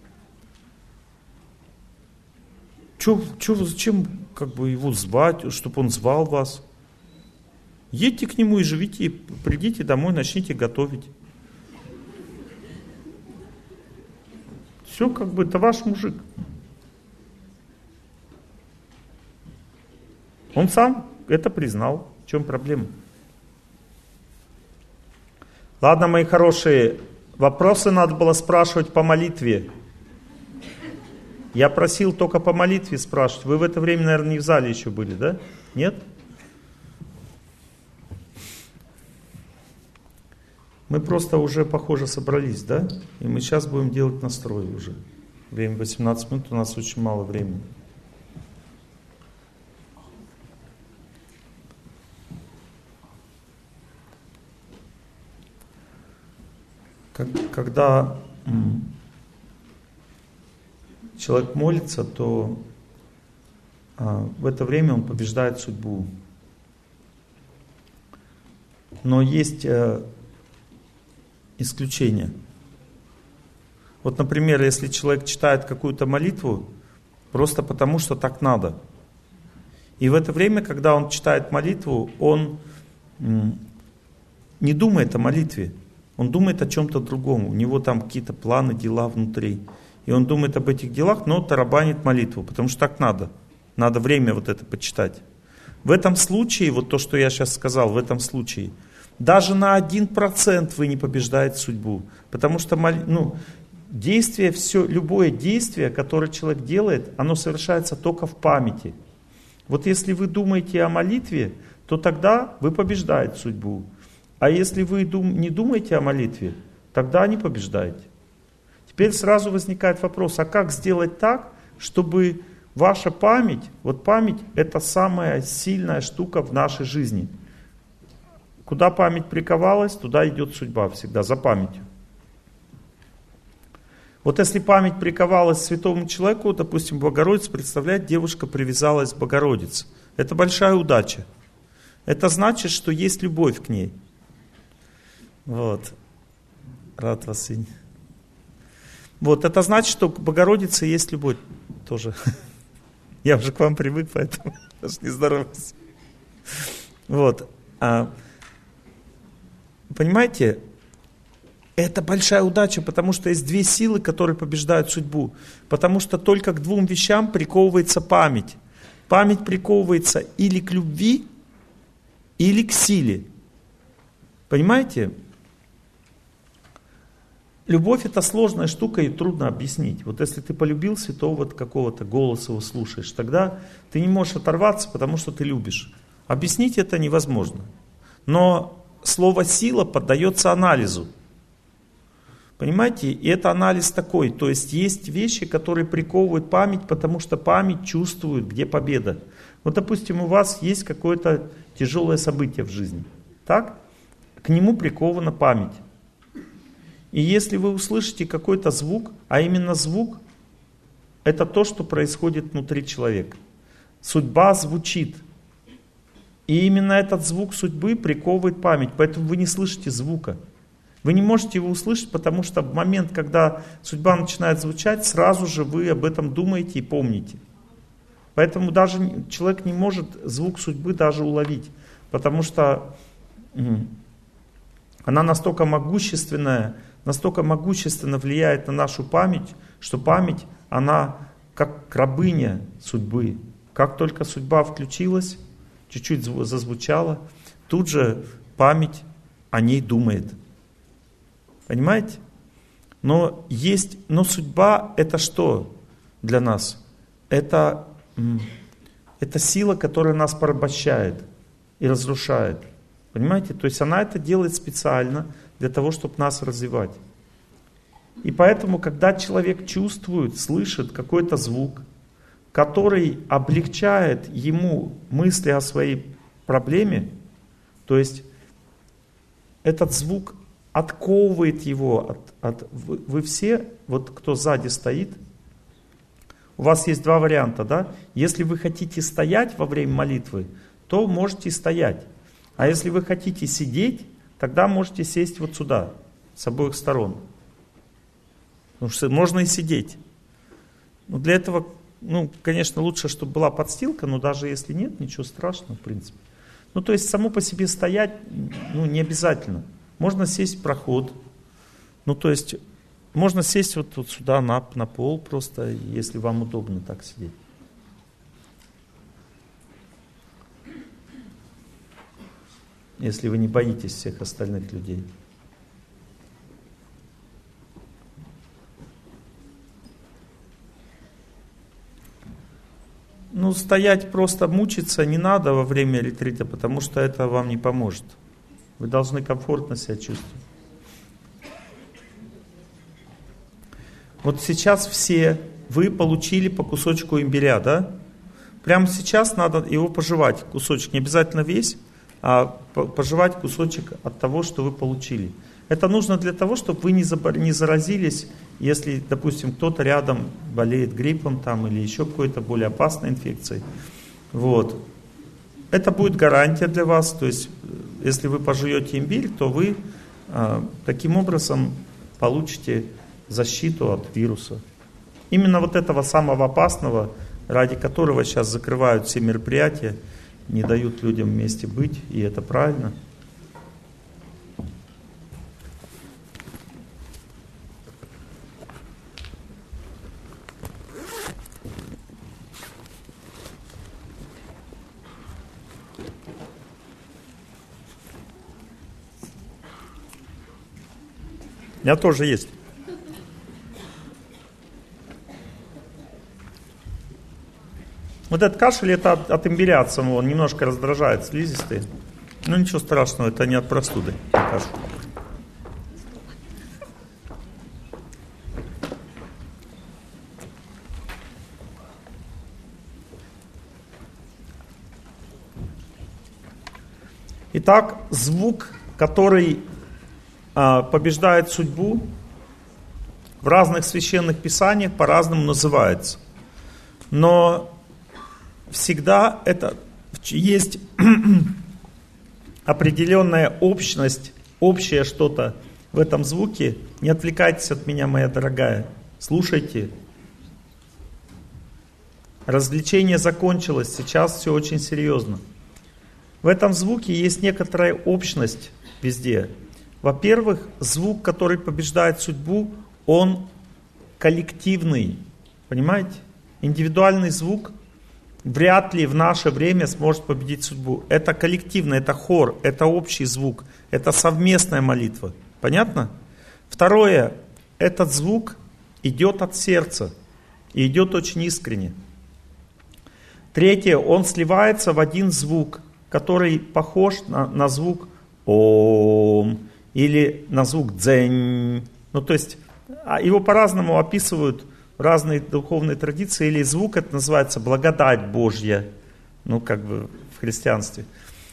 Зачем его звать, чтобы он звал вас? Едьте к нему и живите, придите домой, начните готовить. Все это ваш мужик. Он сам это признал. В чем проблема? Ладно, мои хорошие, вопросы надо было спрашивать по молитве. Я просил только по молитве спрашивать. Вы в это время, наверное, не в зале еще были, да? Нет? Мы просто уже, похоже, собрались, да? И мы сейчас будем делать настрой уже. Время 18 минут, у нас очень мало времени. Когда человек молится, то в это время он побеждает судьбу. Но есть исключения. Вот, например, если человек читает какую-то молитву просто потому, что так надо. И в это время, когда он читает молитву, он не думает о молитве. Он думает о чем-то другом. У него там какие-то планы, дела внутри. И он думает об этих делах, но тарабанит молитву, потому что так надо. Надо время вот это почитать. В этом случае, вот то, что я сейчас сказал, в этом случае, даже на 1% вы не побеждаете судьбу. Потому что действие, любое действие, которое человек делает, оно совершается только в памяти. Вот если вы думаете о молитве, то тогда вы побеждаете судьбу. А если вы не думаете о молитве, тогда не побеждаете. Теперь сразу возникает вопрос, а как сделать так, чтобы ваша память, вот память это самая сильная штука в нашей жизни. Куда память приковалась, туда идет судьба всегда, за памятью. Вот если память приковалась к святому человеку, допустим, Богородица, представляете, девушка привязалась к Богородице. Это большая удача. Это значит, что есть любовь к ней. Вот. Рад вас видеть. Вот, это значит, что к Богородице есть любовь тоже. Я уже к вам привык, поэтому даже не здороваюсь. Вот. Понимаете, это большая удача, потому что есть две силы, которые побеждают судьбу. Потому что только к двум вещам приковывается память. Память приковывается или к любви, или к силе. Понимаете? Любовь это сложная штука и трудно объяснить. Вот если ты полюбил святого какого-то, голос его слушаешь, тогда ты не можешь оторваться, потому что ты любишь. Объяснить это невозможно. Но слово «сила» поддается анализу. Понимаете? И это анализ такой. То есть есть вещи, которые приковывают память, потому что память чувствует, где победа. Вот, допустим, у вас есть какое-то тяжелое событие в жизни. Так? К нему прикована память. И если вы услышите какой-то звук, а именно звук, это то, что происходит внутри человека. Судьба звучит. И именно этот звук судьбы приковывает память, поэтому вы не слышите звука. Вы не можете его услышать, потому что в момент, когда судьба начинает звучать, сразу же вы об этом думаете и помните. Поэтому даже человек не может звук судьбы даже уловить, потому что она настолько могущественно влияет на нашу память, что память, она как рабыня судьбы. Как только судьба включилась, чуть-чуть зазвучала, тут же память о ней думает. Понимаете? Но судьба это что для нас? Это сила, которая нас порабощает и разрушает. Понимаете? То есть она это делает специально для того, чтобы нас развивать. И поэтому, когда человек чувствует, слышит какой-то звук, который облегчает ему мысли о своей проблеме, то есть этот звук отковывает его вы все, вот кто сзади стоит, у вас есть два варианта, да? Если вы хотите стоять во время молитвы, то можете стоять. А если вы хотите сидеть, тогда можете сесть вот сюда, с обоих сторон. Потому что можно и сидеть. Но для этого, конечно, лучше, чтобы была подстилка, но даже если нет, ничего страшного, в принципе. То есть само по себе стоять, не обязательно. Можно сесть в проход. То есть можно сесть вот сюда на пол просто, если вам удобно так сидеть. Если вы не боитесь всех остальных людей. Стоять просто мучиться не надо во время ретрита, потому что это вам не поможет. Вы должны комфортно себя чувствовать. Вот сейчас все вы получили по кусочку имбиря, да? Прямо сейчас надо его пожевать, кусочек, не обязательно весь, а пожевать кусочек от того, что вы получили. Это нужно для того, чтобы вы не заразились, если, допустим, кто-то рядом болеет гриппом или еще какой-то более опасной инфекцией. Вот. Это будет гарантия для вас. То есть, если вы пожуете имбирь, то вы таким образом получите защиту от вируса. Именно вот этого самого опасного, ради которого сейчас закрывают все мероприятия, не дают людям вместе быть, и это правильно. У меня тоже есть. Вот этот кашель, это от имбиря от самого, он немножко раздражает слизистые. Ничего страшного, это не от простуды. Кашель. Итак, звук, который побеждает судьбу, в разных священных писаниях по-разному называется. Но всегда это есть определенная общность, общее что-то в этом звуке. Не отвлекайтесь от меня, моя дорогая. Слушайте. Развлечение закончилось, сейчас все очень серьезно. В этом звуке есть некоторая общность везде. Во-первых, звук, который побеждает судьбу, он коллективный. Понимаете? Индивидуальный звук вряд ли в наше время сможет победить судьбу. Это коллективно, это хор, это общий звук, это совместная молитва. Понятно? Второе, этот звук идет от сердца и идет очень искренне. Третье, он сливается в один звук, который похож на звук Ом или на звук Дзень. То есть его по-разному описывают разные духовные традиции, или звук это называется благодать Божья, в христианстве.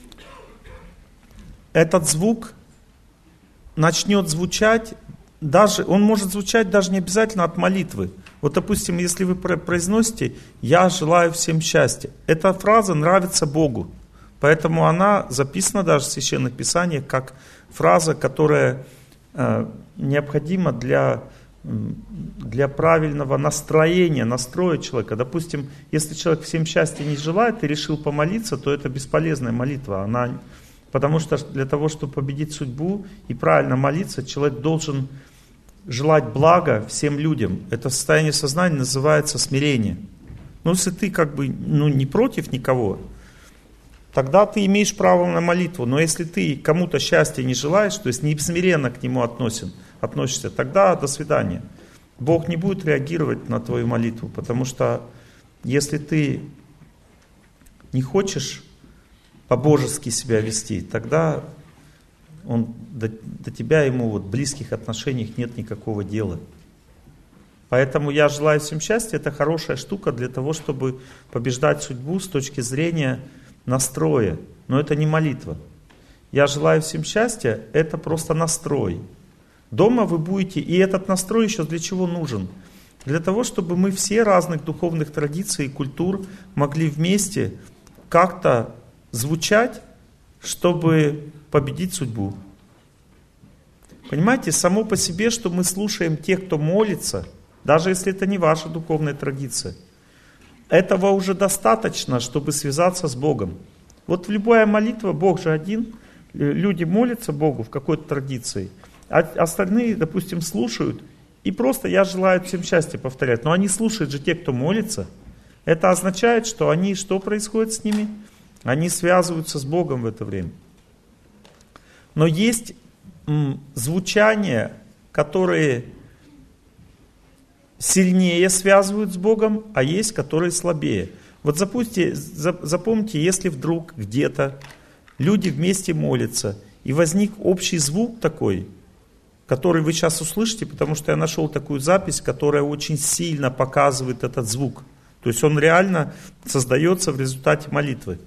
Этот звук начнет звучать, он может звучать даже не обязательно от молитвы. Вот, допустим, если вы произносите «Я желаю всем счастья», эта фраза нравится Богу, поэтому она записана даже в священных писаниях как фраза, которая необходима для правильного настроения, настроя человека. Допустим, если человек всем счастья не желает и решил помолиться, то это бесполезная молитва. Потому что для того, чтобы победить судьбу и правильно молиться, человек должен желать блага всем людям. Это состояние сознания называется смирение. Если ты не против никого, тогда ты имеешь право на молитву. Но если ты кому-то счастья не желаешь, то есть несмиренно к нему относишься, тогда до свидания. Бог не будет реагировать на твою молитву, потому что если ты не хочешь по-божески себя вести, тогда до тебя ему в близких отношениях нет никакого дела. Поэтому я желаю всем счастья, это хорошая штука для того, чтобы побеждать судьбу с точки зрения настроя. Но это не молитва. Я желаю всем счастья, это просто настрой. Дома вы будете, и этот настрой еще для чего нужен? Для того, чтобы мы все разных духовных традиций и культур могли вместе как-то звучать, чтобы победить судьбу. Понимаете, само по себе, что мы слушаем тех, кто молится, даже если это не ваша духовная традиция, этого уже достаточно, чтобы связаться с Богом. Вот любая молитва, Бог же один, люди молятся Богу в какой-то традиции, а остальные, допустим, слушают, и просто «я желаю всем счастья» повторяют. Но они слушают же те, кто молится. Это означает, что они, что происходит с ними? Они связываются с Богом в это время. Но есть звучания, которые сильнее связывают с Богом, а есть, которые слабее. Вот запомните, если вдруг где-то люди вместе молятся, и возник общий звук такой, который вы сейчас услышите, потому что я нашел такую запись, которая очень сильно показывает этот звук. То есть он реально создается в результате молитвы.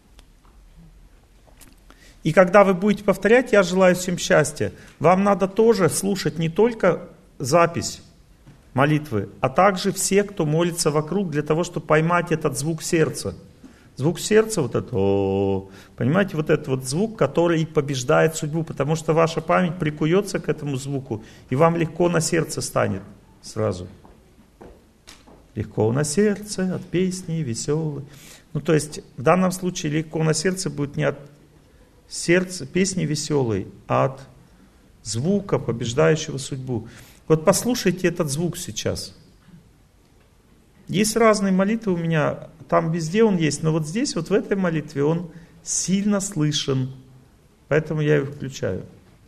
И когда вы будете повторять «я желаю всем счастья», вам надо тоже слушать не только запись молитвы, а также все, кто молится вокруг, для того, чтобы поймать этот звук сердца. Звук сердца, вот это, понимаете, вот этот вот звук, который побеждает судьбу, потому что ваша память прикуется к этому звуку, и вам легко на сердце станет сразу. Легко на сердце от песни веселой. Ну, то есть, в данном случае легко на сердце будет не от сердца, песни веселой, а от звука, побеждающего судьбу. Вот послушайте этот звук сейчас. Есть разные молитвы у меня, там везде он есть, но вот здесь, вот в этой молитве он сильно слышен, поэтому я его включаю.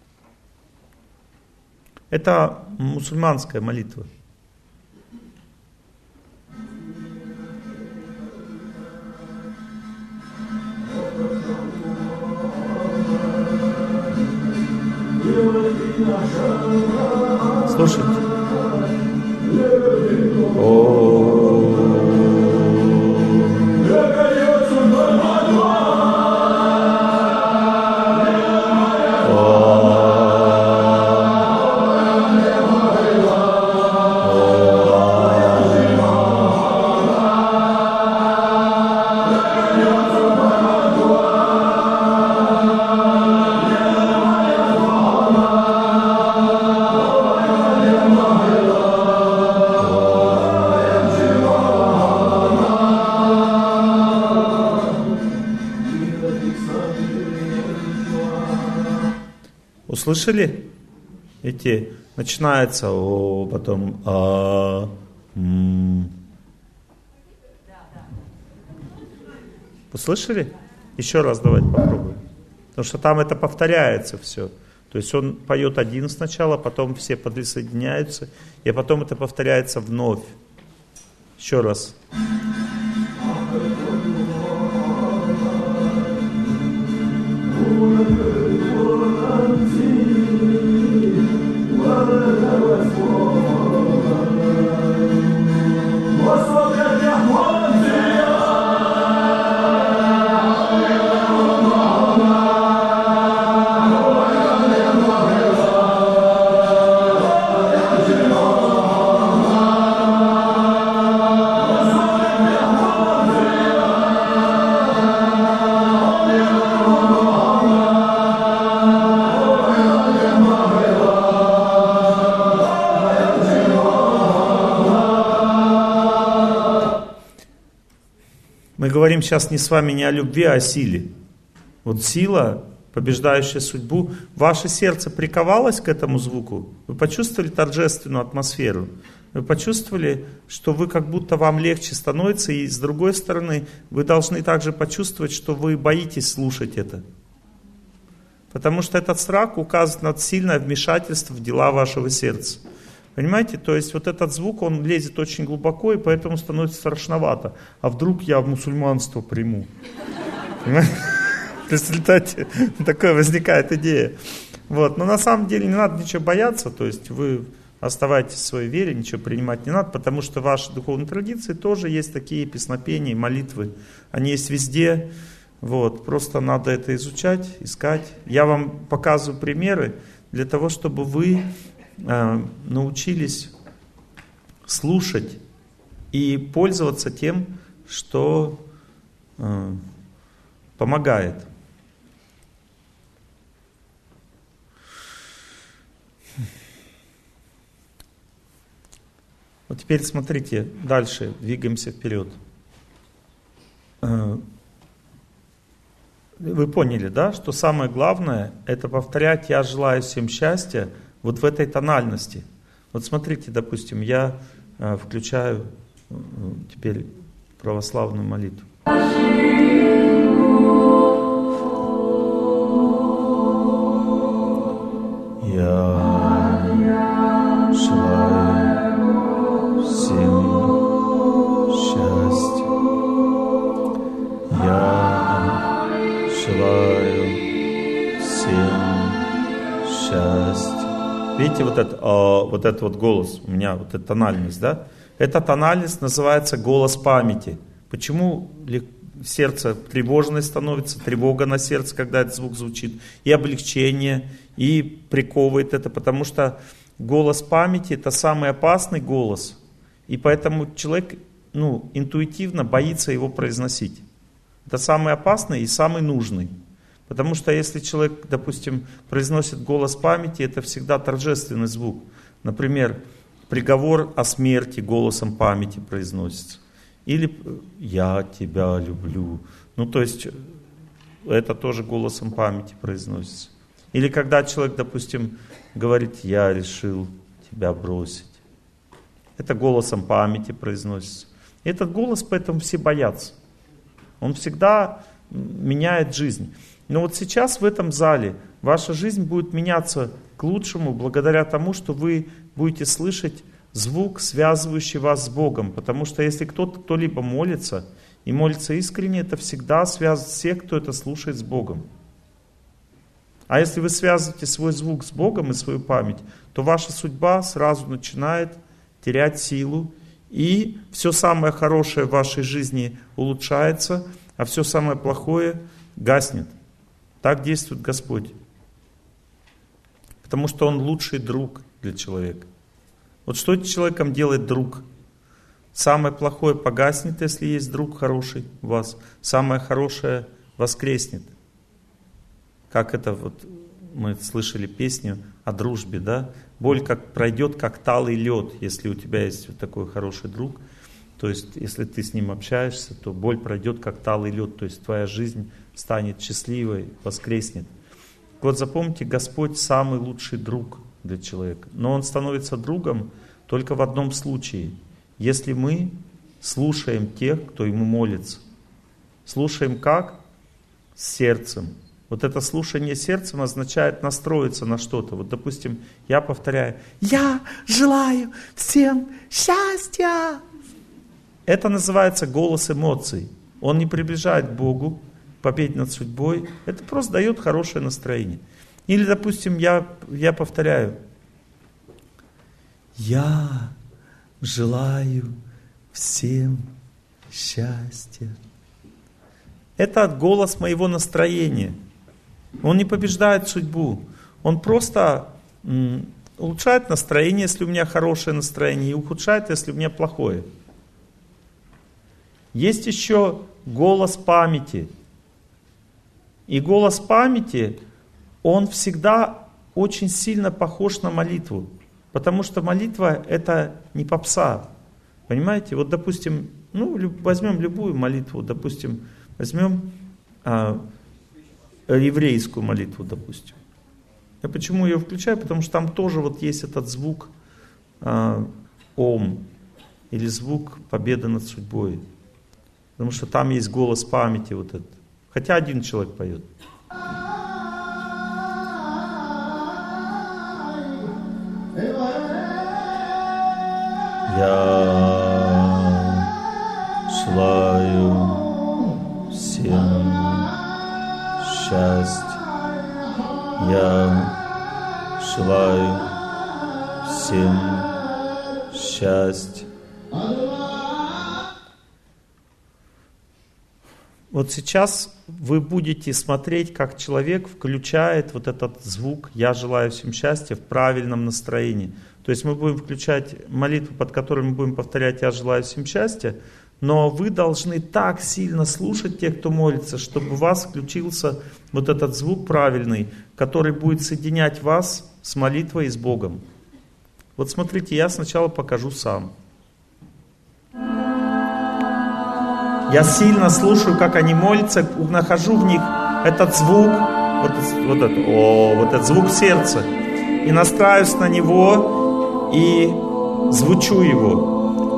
Это мусульманская молитва. Слушайте. Услышали? Эти начинается потом Услышали? Еще раз давайте попробуем. Потому что там это повторяется все. То есть он поет один сначала, потом все присоединяются, и потом это повторяется вновь. Еще раз. Мы говорим сейчас не с вами не о любви, а о силе. Вот сила, побеждающая судьбу. Ваше сердце приковалось к этому звуку? Вы почувствовали торжественную атмосферу? Вы почувствовали, что вы как будто вам легче становится, и с другой стороны, вы должны также почувствовать, что вы боитесь слушать это. Потому что этот страх указывает на сильное вмешательство в дела вашего сердца. Понимаете? То есть вот этот звук, он лезет очень глубоко, и поэтому становится страшновато. А вдруг я в мусульманство приму? Понимаете? В результате такая возникает идея. Вот. Но на самом деле не надо ничего бояться, то есть вы оставайтесь в своей вере, ничего принимать не надо, потому что в вашей духовной традиции тоже есть такие песнопения, молитвы. Они есть везде. Вот. Просто надо это изучать, искать. Я вам показываю примеры для того, чтобы вы научились слушать и пользоваться тем, что помогает. Вот теперь смотрите, дальше двигаемся вперед. Вы поняли, да, что самое главное — это повторять «я желаю всем счастья» вот в этой тональности. Вот смотрите, допустим, я включаю теперь православную молитву. Я желаю всем счастья. Я желаю всем счастья. Видите, вот этот вот голос у меня, вот эта тональность, да? Эта тональность называется голос памяти. Почему сердце тревожное становится, тревога на сердце, когда этот звук звучит, и облегчение, и приковывает это, потому что голос памяти — это самый опасный голос, и поэтому человек интуитивно боится его произносить. Это самый опасный и самый нужный. Потому что если человек, допустим, произносит голос памяти, это всегда торжественный звук. Например, приговор о смерти голосом памяти произносится. Или «я тебя люблю». То есть это тоже голосом памяти произносится. Или когда человек, допустим, говорит «я решил тебя бросить». Это голосом памяти произносится. И этот голос, поэтому все боятся. Он всегда меняет жизнь. Но вот сейчас в этом зале ваша жизнь будет меняться к лучшему благодаря тому, что вы будете слышать звук, связывающий вас с Богом. Потому что если кто-либо молится, и молится искренне, это всегда связывает всех, кто это слушает, с Богом. А если вы связываете свой звук с Богом и свою память, то ваша судьба сразу начинает терять силу, и все самое хорошее в вашей жизни улучшается, а все самое плохое гаснет. Так действует Господь. Потому что Он лучший друг для человека. Вот что с человеком делает друг? Самое плохое погаснет, если есть друг хороший у вас. Самое хорошее воскреснет. Как это вот мы слышали песню о дружбе, да? Боль пройдет, как талый лед, если у тебя есть вот такой хороший друг. То есть, если ты с ним общаешься, то боль пройдет, как талый лед. То есть, твоя жизнь станет счастливой, воскреснет. Вот запомните, Господь самый лучший друг для человека. Но Он становится другом только в одном случае. Если мы слушаем тех, кто Ему молится. Слушаем как? С сердцем. Вот это слушание сердцем означает настроиться на что-то. Вот, допустим, я повторяю: «Я желаю всем счастья». Это называется голос эмоций. Он не приближает к Богу, к победе над судьбой. Это просто дает хорошее настроение. Или, допустим, я повторяю: «Я желаю всем счастья». Это голос моего настроения. Он не побеждает судьбу. Он просто улучшает настроение, если у меня хорошее настроение, и ухудшает, если у меня плохое. Есть еще голос памяти. И голос памяти, он всегда очень сильно похож на молитву. Потому что молитва — это не попса. Понимаете? Вот, допустим, возьмем любую молитву. Допустим, возьмем еврейскую молитву, допустим. Я почему ее включаю? Потому что там тоже вот есть этот звук Ом, или звук победы над судьбой. Потому что там есть голос памяти вот этот. Хотя один человек поет. Я желаю всем счастья. Я желаю всем счастья. Вот сейчас вы будете смотреть, как человек включает вот этот звук «Я желаю всем счастья» в правильном настроении. То есть мы будем включать молитву, под которой мы будем повторять «Я желаю всем счастья», но вы должны так сильно слушать тех, кто молится, чтобы у вас включился вот этот звук правильный, который будет соединять вас с молитвой и с Богом. Вот смотрите, я сначала покажу сам. Я сильно слушаю, как они молятся, нахожу в них этот звук, вот этот звук сердца, и настраиваюсь на него и звучу его.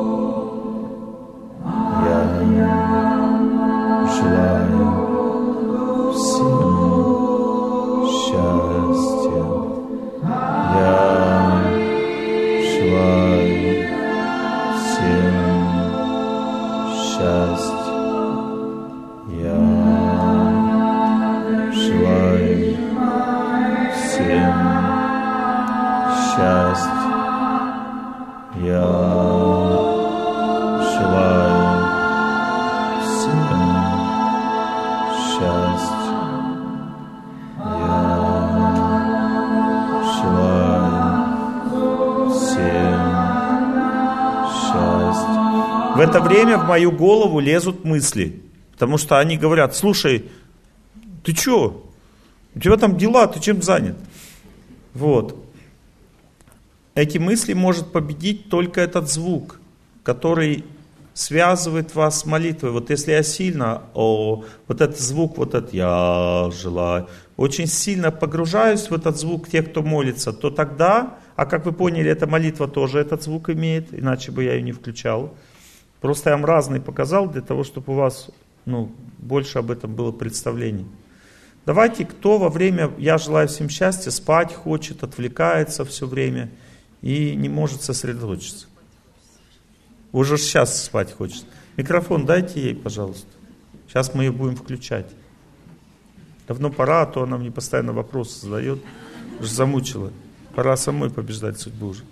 В это время в мою голову лезут мысли, потому что они говорят: слушай, ты чё? У тебя там дела, ты чем занят? Вот. Эти мысли может победить только этот звук, который связывает вас с молитвой. Вот если я сильно, вот этот звук, вот этот я желаю, очень сильно погружаюсь в этот звук, те, кто молится, то тогда, а как вы поняли, эта молитва тоже этот звук имеет, иначе бы я ее не включал. Просто я вам разный показал, для того, чтобы у вас больше об этом было представлений. Давайте, кто во время «Я желаю всем счастья» спать хочет, отвлекается все время и не может сосредоточиться. Уже сейчас спать хочет. Микрофон дайте ей, пожалуйста. Сейчас мы ее будем включать. Давно пора, а то она мне постоянно вопросы задает. Уже замучила. Пора самой побеждать судьбу уже.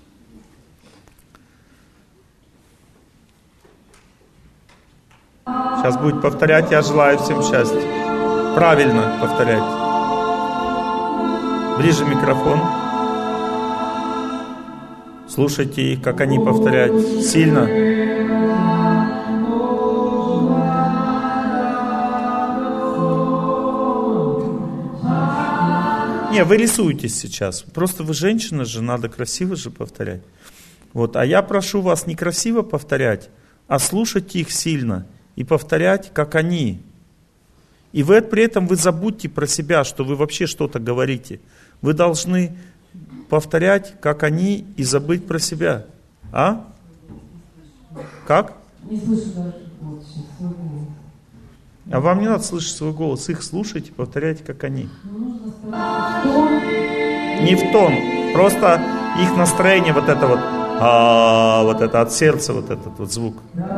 Сейчас будет повторять «Я желаю всем счастья». Правильно повторять. Ближе микрофон. Слушайте их, как они повторяют. Сильно. Не, вы рисуетесь сейчас. Просто вы женщина же, надо красиво же повторять. Вот. А я прошу вас не красиво повторять, а слушать их сильно и повторять, как они. И вы при этом вы забудьте про себя, что вы вообще что-то говорите. Вы должны повторять, как они, и забыть про себя. А? Как? Не слышу даже вот сейчас свой голос. А вам не надо слышать свой голос. Их слушайте, повторяйте, как они. Нужно сказать в тон. Не в тон. Просто их настроение, вот это вот, вот это от сердца, вот этот вот звук.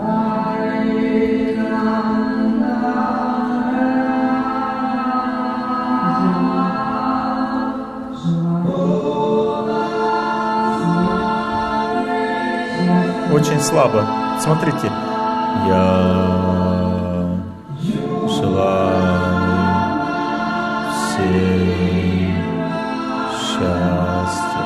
Очень слабо. Смотрите. Я желаю всем счастья.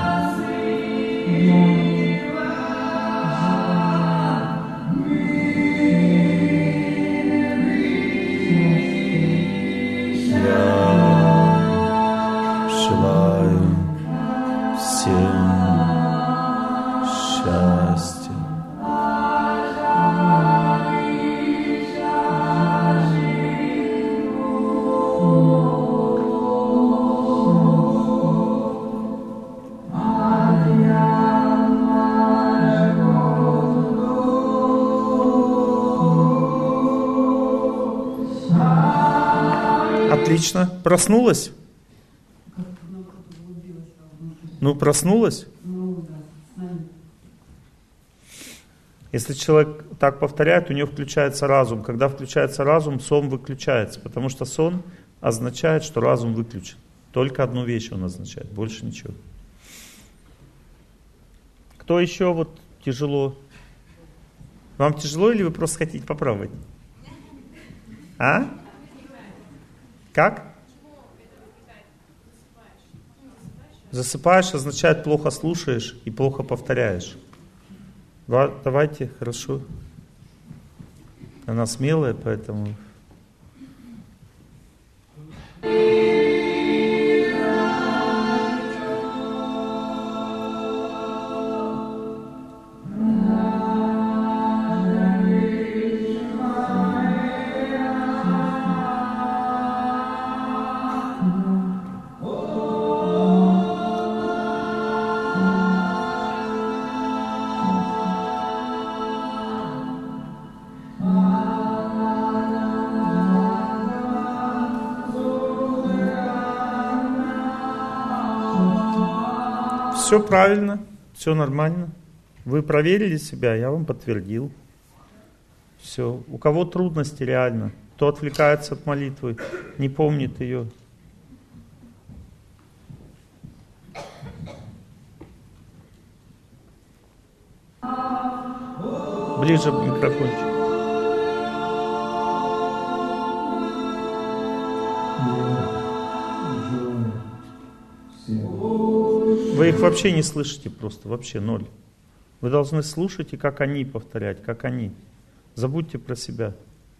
Я желаю всем счастья. Отлично. Проснулась? Ну, проснулась? Если человек так повторяет, у него включается разум. Когда включается разум, сон выключается. Потому что сон означает, что разум выключен. Только одну вещь он означает, больше ничего. Кто еще вот тяжело? Вам тяжело или вы просто хотите попробовать? А? Как? Засыпаешь означает плохо слушаешь и плохо повторяешь. Давайте, хорошо. Она смелая, поэтому... Все правильно, все нормально. Вы проверили себя, я вам подтвердил. Все. У кого трудности реально, кто отвлекается от молитвы, не помнит ее. Ближе к микрофончику. Вы их вообще не слышите просто, вообще ноль. Вы должны слушать и как они повторять, как они. Забудьте про себя.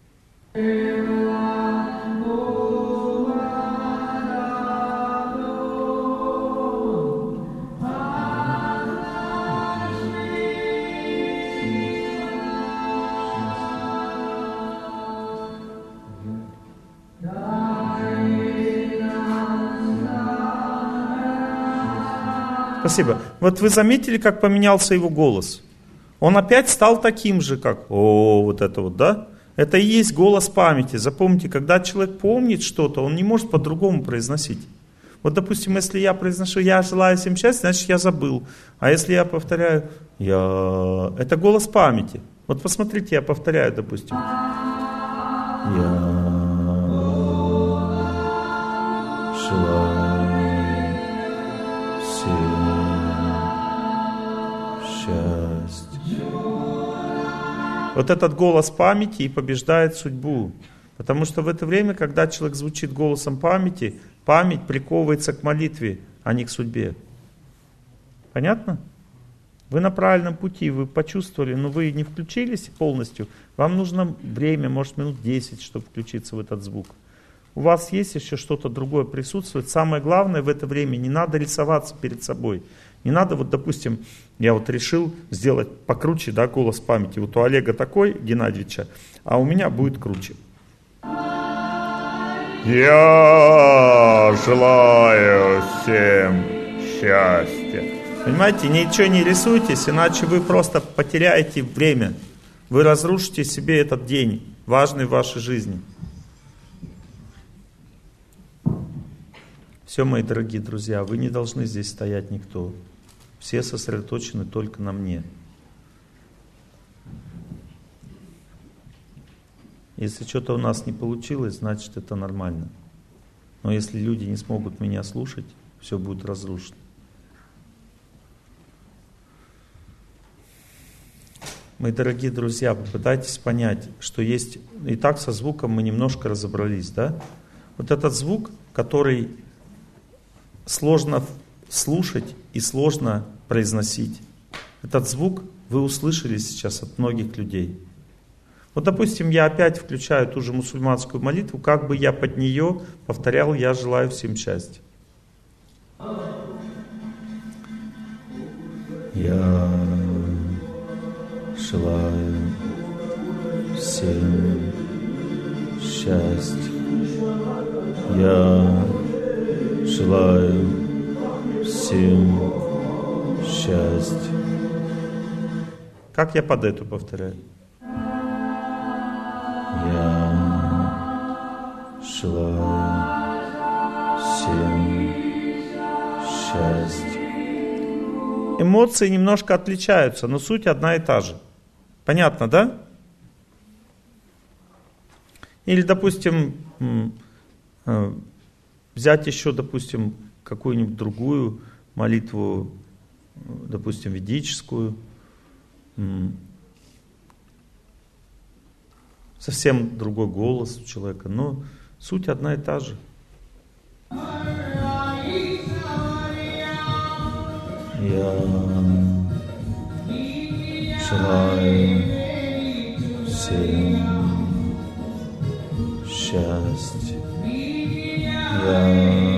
Спасибо. Вот вы заметили, как поменялся его голос? Он опять стал таким же, как вот это вот, да? Это и есть голос памяти. Запомните, когда человек помнит что-то, он не может по-другому произносить. Вот, допустим, если я произношу «я желаю всем счастья», значит, я забыл. А если я повторяю «я», это голос памяти. Вот посмотрите, я повторяю, допустим. «Я желаю всем счастья». Вот этот голос памяти и побеждает судьбу. Потому что в это время, когда человек звучит голосом памяти, память приковывается к молитве, а не к судьбе. Понятно? Вы на правильном пути, вы почувствовали, но вы не включились полностью. Вам нужно время, может минут 10, чтобы включиться в этот звук. У вас есть еще что-то другое присутствует. Самое главное в это время, не надо рисоваться перед собой. Не надо, вот допустим, я вот решил сделать покруче, да, голос памяти. Вот у Олега такой, Геннадьевича, а у меня будет круче. Я желаю всем счастья. Понимаете, ничего не рисуйтесь, иначе вы просто потеряете время. Вы разрушите себе этот день, важный в вашей жизни. Все, мои дорогие друзья, вы не должны здесь стоять никто. Все сосредоточены только на мне. Если что-то у нас не получилось, значит это нормально. Но если люди не смогут меня слушать, все будет разрушено. Мои дорогие друзья, попытайтесь понять, что есть... Итак, со звуком мы немножко разобрались, да? Вот этот звук, который сложно слушать и сложно произносить. Этот звук вы услышали сейчас от многих людей. Вот, допустим, я опять включаю ту же мусульманскую молитву, как бы я под нее повторял «Я желаю всем счастья». Я желаю всем счастья. Я желаю всем счастья. Как я под эту повторяю? Я желаю всем счастья. Эмоции немножко отличаются, но суть одна и та же. Понятно, да? Или, допустим, взять еще, допустим, какую-нибудь другую молитву, допустим, ведическую. Совсем другой голос у человека, но суть одна и та же. Я желаю всем счастья. Я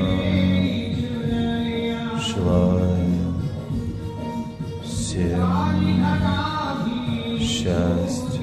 желаю всем счастья.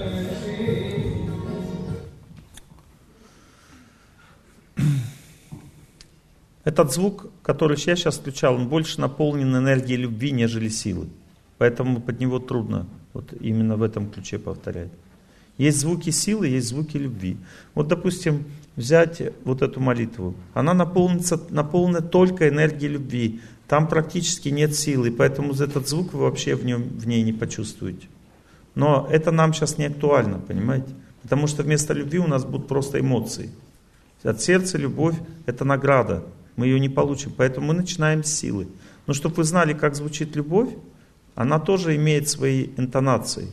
Этот звук, который я сейчас включал, он больше наполнен энергией любви, нежели силы. Поэтому под него трудно вот именно в этом ключе повторять. Есть звуки силы, есть звуки любви. Вот, допустим, взять вот эту молитву. Она наполнена только энергией любви. Там практически нет силы, поэтому этот звук вы вообще в ней не почувствуете. Но это нам сейчас не актуально, понимаете? Потому что вместо любви у нас будут просто эмоции. От сердца любовь – это награда. Мы ее не получим, поэтому мы начинаем с силы. Но чтобы вы знали, как звучит любовь, она тоже имеет свои интонации.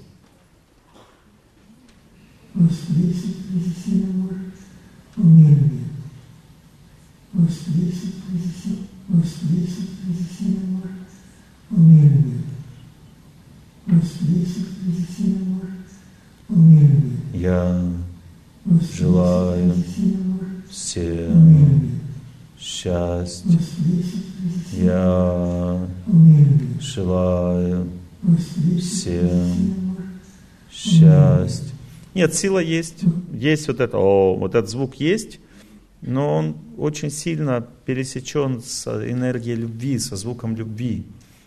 Я желаю всем счастья. Я желаю всем счастья. Нет, сила есть. Есть вот этот звук есть, но он очень сильно пересечен с энергией любви, со звуком любви.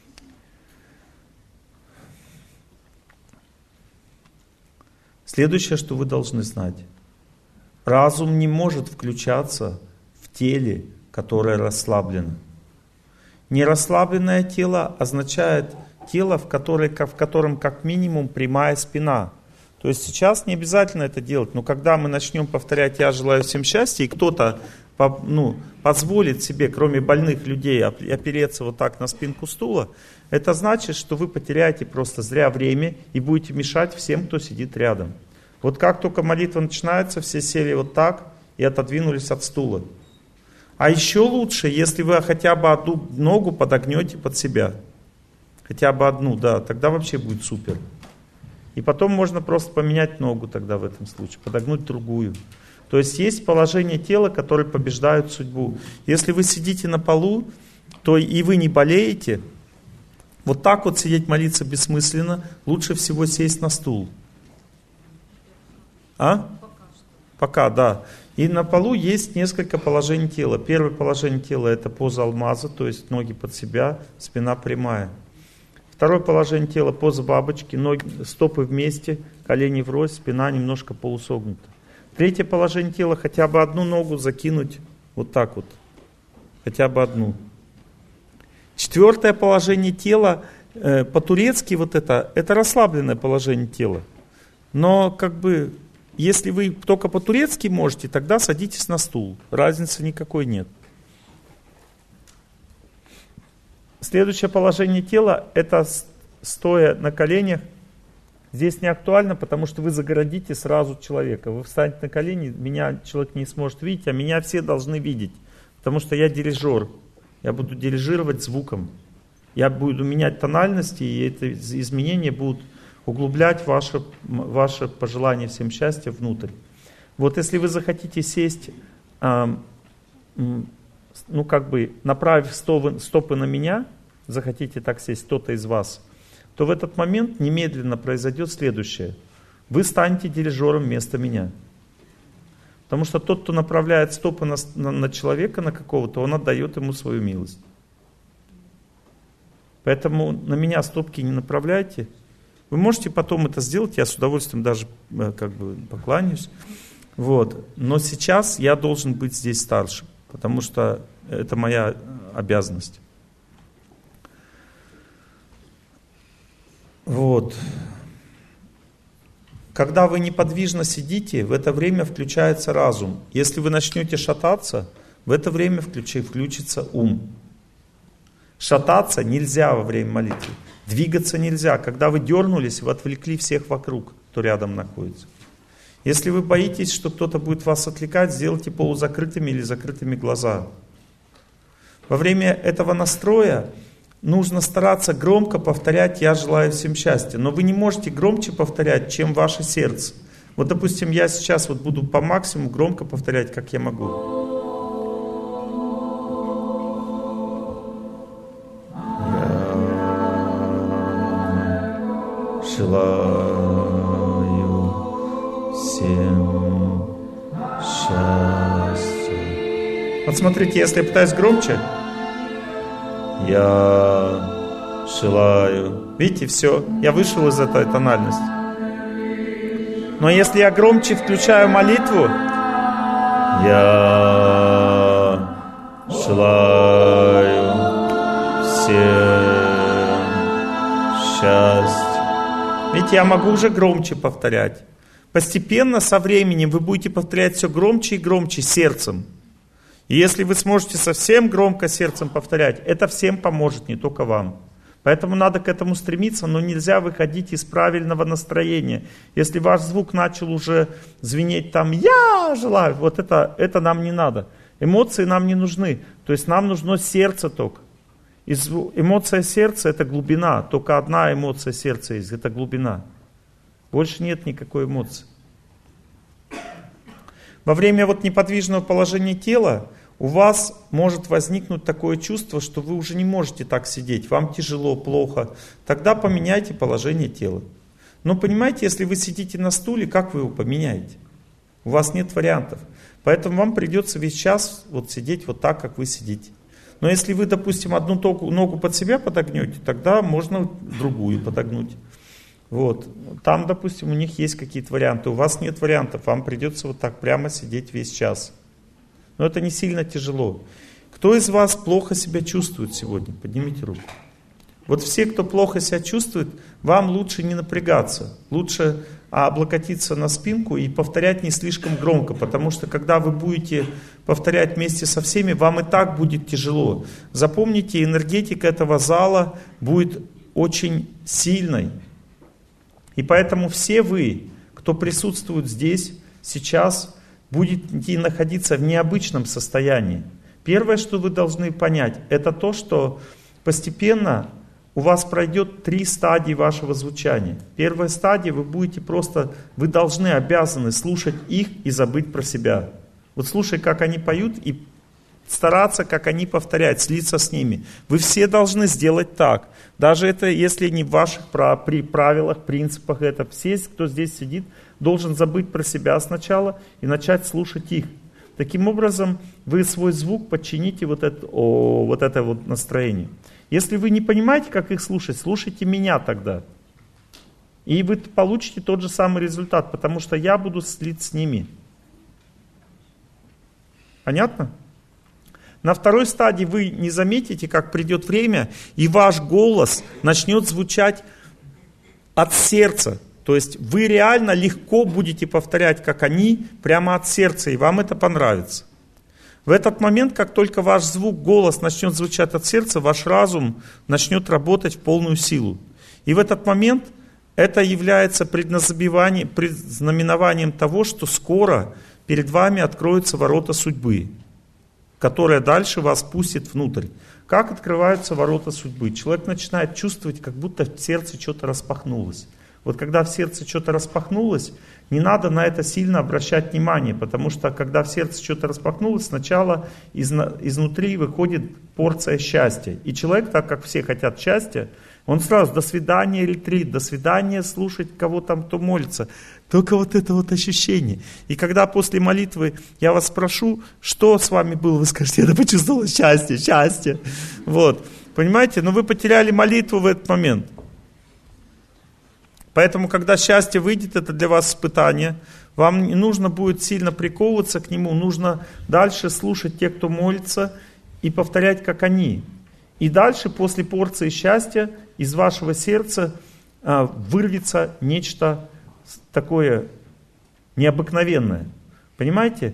Следующее, что вы должны знать. Разум не может включаться в теле, которое расслаблено. Нерасслабленное тело означает тело, в котором как минимум прямая спина. То есть сейчас не обязательно это делать, но когда мы начнем повторять «Я желаю всем счастья», и кто-то позволит себе, кроме больных людей, опереться вот так на спинку стула, это значит, что вы потеряете просто зря время и будете мешать всем, кто сидит рядом. Вот как только молитва начинается, все сели вот так и отодвинулись от стула. А еще лучше, если вы хотя бы одну ногу подогнете под себя. Хотя бы одну, да, тогда вообще будет супер. И потом можно просто поменять ногу тогда в этом случае, подогнуть другую. То есть есть положение тела, которые побеждают судьбу. Если вы сидите на полу, то и вы не болеете. Вот так вот сидеть, молиться бессмысленно. Лучше всего сесть на стул. Пока, да. И на полу есть несколько положений тела. Первое положение тела — это поза алмаза, то есть ноги под себя, спина прямая. Второе положение тела — поза бабочки, ноги, стопы вместе, колени врозь, спина немножко полусогнута. Третье положение тела — хотя бы одну ногу закинуть вот так вот. Хотя бы одну. Четвертое положение тела, по-турецки вот это расслабленное положение тела. Но если вы только по-турецки можете, тогда садитесь на стул. Разницы никакой нет. Следующее положение тела — это стоя на коленях. Здесь не актуально, потому что вы загородите сразу человека. Вы встанете на колени, меня человек не сможет видеть, а меня все должны видеть. Потому что я дирижер. Я буду дирижировать звуком. Я буду менять тональности, и это изменения будут углублять ваше пожелание всем счастья внутрь. Вот если вы захотите сесть, направив стопы на меня, захотите так сесть, кто-то из вас, то в этот момент немедленно произойдет следующее. Вы станете дирижером вместо меня. Потому что тот, кто направляет стопы на человека, на какого-то, он отдает ему свою милость. Поэтому на меня стопки не направляйте. Вы можете потом это сделать, я с удовольствием даже покланяюсь. Вот. Но сейчас я должен быть здесь старшим, потому что это моя обязанность. Вот. Когда вы неподвижно сидите, в это время включается разум. Если вы начнете шататься, в это время включится ум. Шататься нельзя во время молитвы. Двигаться нельзя. Когда вы дернулись, вы отвлекли всех вокруг, кто рядом находится. Если вы боитесь, что кто-то будет вас отвлекать, сделайте полузакрытыми или закрытыми глаза. Во время этого настроя нужно стараться громко повторять «Я желаю всем счастья». Но вы не можете громче повторять, чем ваше сердце. Вот, допустим, я сейчас буду по максимуму громко повторять, как я могу. Желаю всем счастья. Вот смотрите, если я пытаюсь громче, я желаю. Видите, все, я вышел из этой тональности. Но если я громче включаю молитву, я желаю всем счастья. Видите, я могу уже громче повторять. Постепенно, со временем, вы будете повторять все громче и громче сердцем. И если вы сможете совсем громко сердцем повторять, это всем поможет, не только вам. Поэтому надо к этому стремиться, но нельзя выходить из правильного настроения. Если ваш звук начал уже звенеть там «я желаю», вот это нам не надо. Эмоции нам не нужны, то есть нам нужно сердце только. Эмоция сердца — это глубина, только одна эмоция сердца есть, это глубина. Больше нет никакой эмоции. Во время неподвижного положения тела у вас может возникнуть такое чувство, что вы уже не можете так сидеть, вам тяжело, плохо. Тогда поменяйте положение тела. Но понимаете, если вы сидите на стуле, как вы его поменяете? У вас нет вариантов. Поэтому вам придется весь час сидеть вот так, как вы сидите. Но если вы, допустим, одну ногу под себя подогнете, тогда можно другую подогнуть. Там, допустим, у них есть какие-то варианты. У вас нет вариантов, вам придется вот так прямо сидеть весь час. Но это не сильно тяжело. Кто из вас плохо себя чувствует сегодня? Поднимите руку. Все, кто плохо себя чувствует, вам лучше не напрягаться. Лучше облокотиться на спинку и повторять не слишком громко. Потому что когда вы будете повторять вместе со всеми, вам и так будет тяжело. Запомните, энергетика этого зала будет очень сильной. И поэтому все вы, кто присутствует здесь, сейчас, будете находиться в необычном состоянии. Первое, что вы должны понять, это то, что постепенно у вас пройдет 3 стадии вашего звучания. Первая стадия, вы должны, обязаны слушать их и забыть про себя. Слушай, как они поют, и стараться, как они повторять, слиться с ними. Вы все должны сделать так. Даже это, если не в ваших правилах, принципах, это все, кто здесь сидит, должен забыть про себя сначала и начать слушать их. Таким образом, вы свой звук подчините это настроению. Если вы не понимаете, как их слушать, слушайте меня тогда. И вы получите тот же самый результат, потому что я буду слиться с ними. Понятно? На второй стадии вы не заметите, как придет время, и ваш голос начнет звучать от сердца. То есть вы реально легко будете повторять, как они, прямо от сердца, и вам это понравится. В этот момент, как только ваш звук, голос начнет звучать от сердца, ваш разум начнет работать в полную силу. И в этот момент это является предзнаменованием того, что скоро перед вами откроются ворота судьбы, которая дальше вас пустит внутрь. Как открываются ворота судьбы? Человек начинает чувствовать, как будто в сердце что-то распахнулось. Когда в сердце что-то распахнулось, не надо на это сильно обращать внимание, потому что когда в сердце что-то распахнулось, сначала изнутри выходит порция счастья. И человек, так как все хотят счастья, он сразу «до свидания, ретрит», «до свидания, слушать, кого там кто молится». Только это ощущение. И когда после молитвы я вас спрошу, что с вами было, вы скажете: я почувствовал счастье. Понимаете? Но вы потеряли молитву в этот момент. Поэтому, когда счастье выйдет, это для вас испытание. Вам не нужно будет сильно приковываться к нему, нужно дальше слушать тех, кто молится, и повторять, как они. И дальше, после порции счастья, из вашего сердца вырвется нечто такое необыкновенное. Понимаете?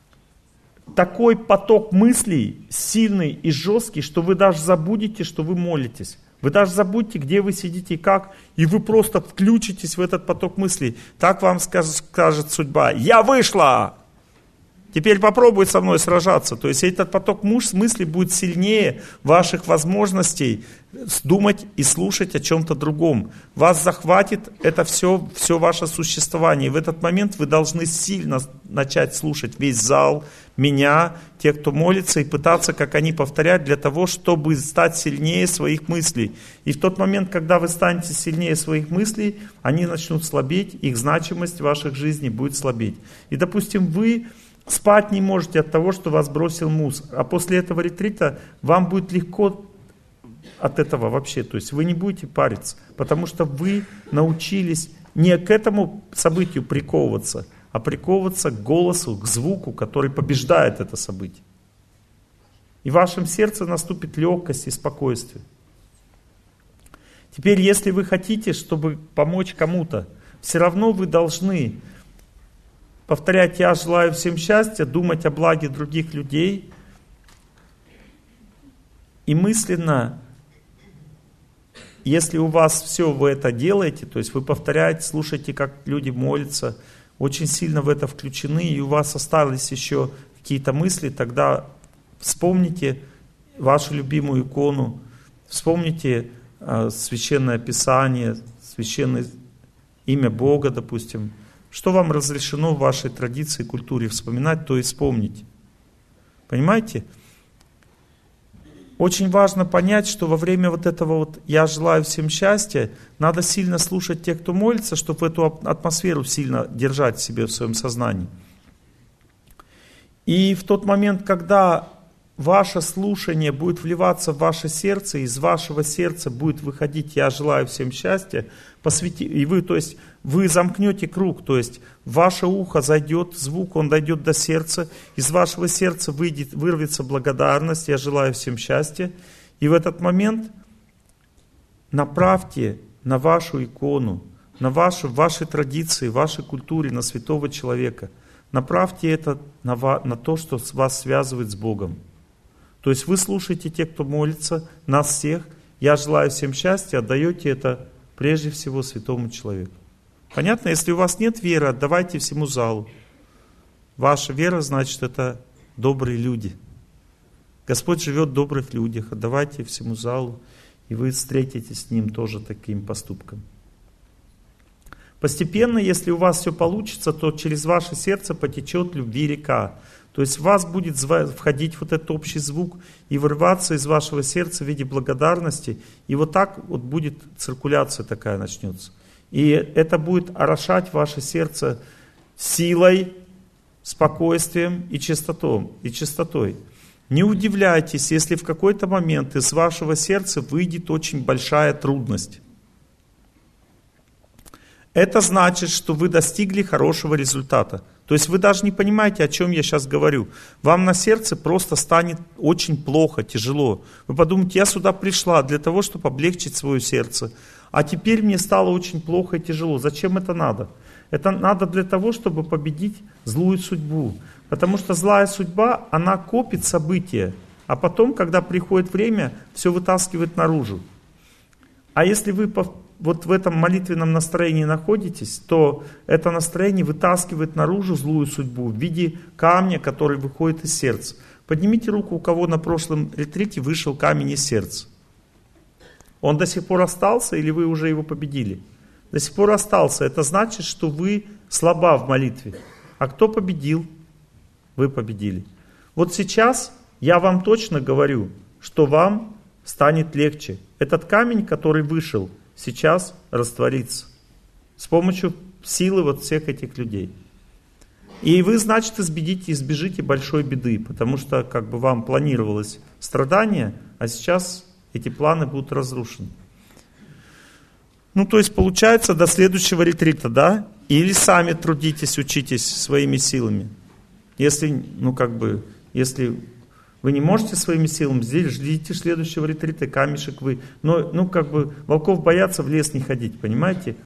Такой поток мыслей сильный и жесткий, что вы даже забудете, что вы молитесь. Вы даже забудете, где вы сидите и как, и вы просто включитесь в этот поток мыслей. Так вам скажет судьба: я вышла! Теперь попробуй со мной сражаться. То есть этот поток мыслей будет сильнее ваших возможностей думать и слушать о чем-то другом. Вас захватит это все ваше существование. И в этот момент вы должны сильно начать слушать весь зал, меня, тех, кто молится, и пытаться, как они, повторять для того, чтобы стать сильнее своих мыслей. И в тот момент, когда вы станете сильнее своих мыслей, они начнут слабеть, их значимость в ваших жизнях будет слабеть. И, допустим, вы спать не можете от того, что вас бросил муж. А после этого ретрита вам будет легко от этого вообще. То есть вы не будете париться, потому что вы научились не к этому событию приковываться, а приковываться к голосу, к звуку, который побеждает это событие. И в вашем сердце наступит легкость и спокойствие. Теперь, если вы хотите, чтобы помочь кому-то, все равно вы должны повторять «Я желаю всем счастья», думать о благе других людей и мысленно, если у вас все вы это делаете, то есть вы повторяете, слушаете, как люди молятся, очень сильно в это включены, и у вас остались еще какие-то мысли, тогда вспомните вашу любимую икону, вспомните Священное Писание, священное имя Бога, допустим. Что вам разрешено в вашей традиции, культуре вспоминать, то и вспомните. Понимаете? Очень важно понять, что во время вот этого вот «я желаю всем счастья» надо сильно слушать тех, кто молится, чтобы эту атмосферу сильно держать в себе, в своем сознании. И в тот момент, когда ваше слушание будет вливаться в ваше сердце, из вашего сердца будет выходить «я желаю всем счастья», и вы, то есть, вы замкнете круг, то есть в ваше ухо зайдет звук, он дойдет до сердца, из вашего сердца вырвется благодарность, «я желаю всем счастья», и в этот момент направьте на вашу икону, в вашей традиции, в вашей культуре, на святого человека, направьте это на то, что вас связывает с Богом. То есть вы слушаете тех, кто молится, нас всех, «я желаю всем счастья», отдаете это прежде всего святому человеку. Понятно? Если у вас нет веры, отдавайте всему залу. Ваша вера, значит, это добрые люди. Господь живет в добрых людях, отдавайте всему залу, и вы встретитесь с Ним тоже таким поступком. Постепенно, если у вас все получится, то через ваше сердце потечет любви река. То есть в вас будет входить вот этот общий звук и вырываться из вашего сердца в виде благодарности. И вот так вот будет циркуляция такая начнется. И это будет орошать ваше сердце силой, спокойствием и чистотой. Не удивляйтесь, если в какой-то момент из вашего сердца выйдет очень большая трудность. Это значит, что вы достигли хорошего результата. То есть вы даже не понимаете, о чем я сейчас говорю. Вам на сердце просто станет очень плохо, тяжело. Вы подумаете, я сюда пришла для того, чтобы облегчить свое сердце. А теперь мне стало очень плохо и тяжело. Зачем это надо? Это надо для того, чтобы победить злую судьбу. Потому что злая судьба, она копит события. А потом, когда приходит время, все вытаскивает наружу. А если вы вот в этом молитвенном настроении находитесь, то это настроение вытаскивает наружу злую судьбу в виде камня, который выходит из сердца. Поднимите руку, у кого на прошлом ретрите вышел камень из сердца. Он до сих пор остался или вы уже его победили? До сих пор остался. Это значит, что вы слаба в молитве. А кто победил? Вы победили. Вот сейчас я вам точно говорю, что вам станет легче. Этот камень, который вышел, сейчас растворится с помощью силы вот всех этих людей. И вы, значит, избежите большой беды, потому что как бы вам планировалось страдание, а сейчас эти планы будут разрушены. Ну, то есть, получается, до следующего ретрита, да? Или сами трудитесь, учитесь своими силами. Если, если вы не можете своими силами, здесь ждите следующего ретрита, камешек вы. Но, волков боятся в лес не ходить, понимаете?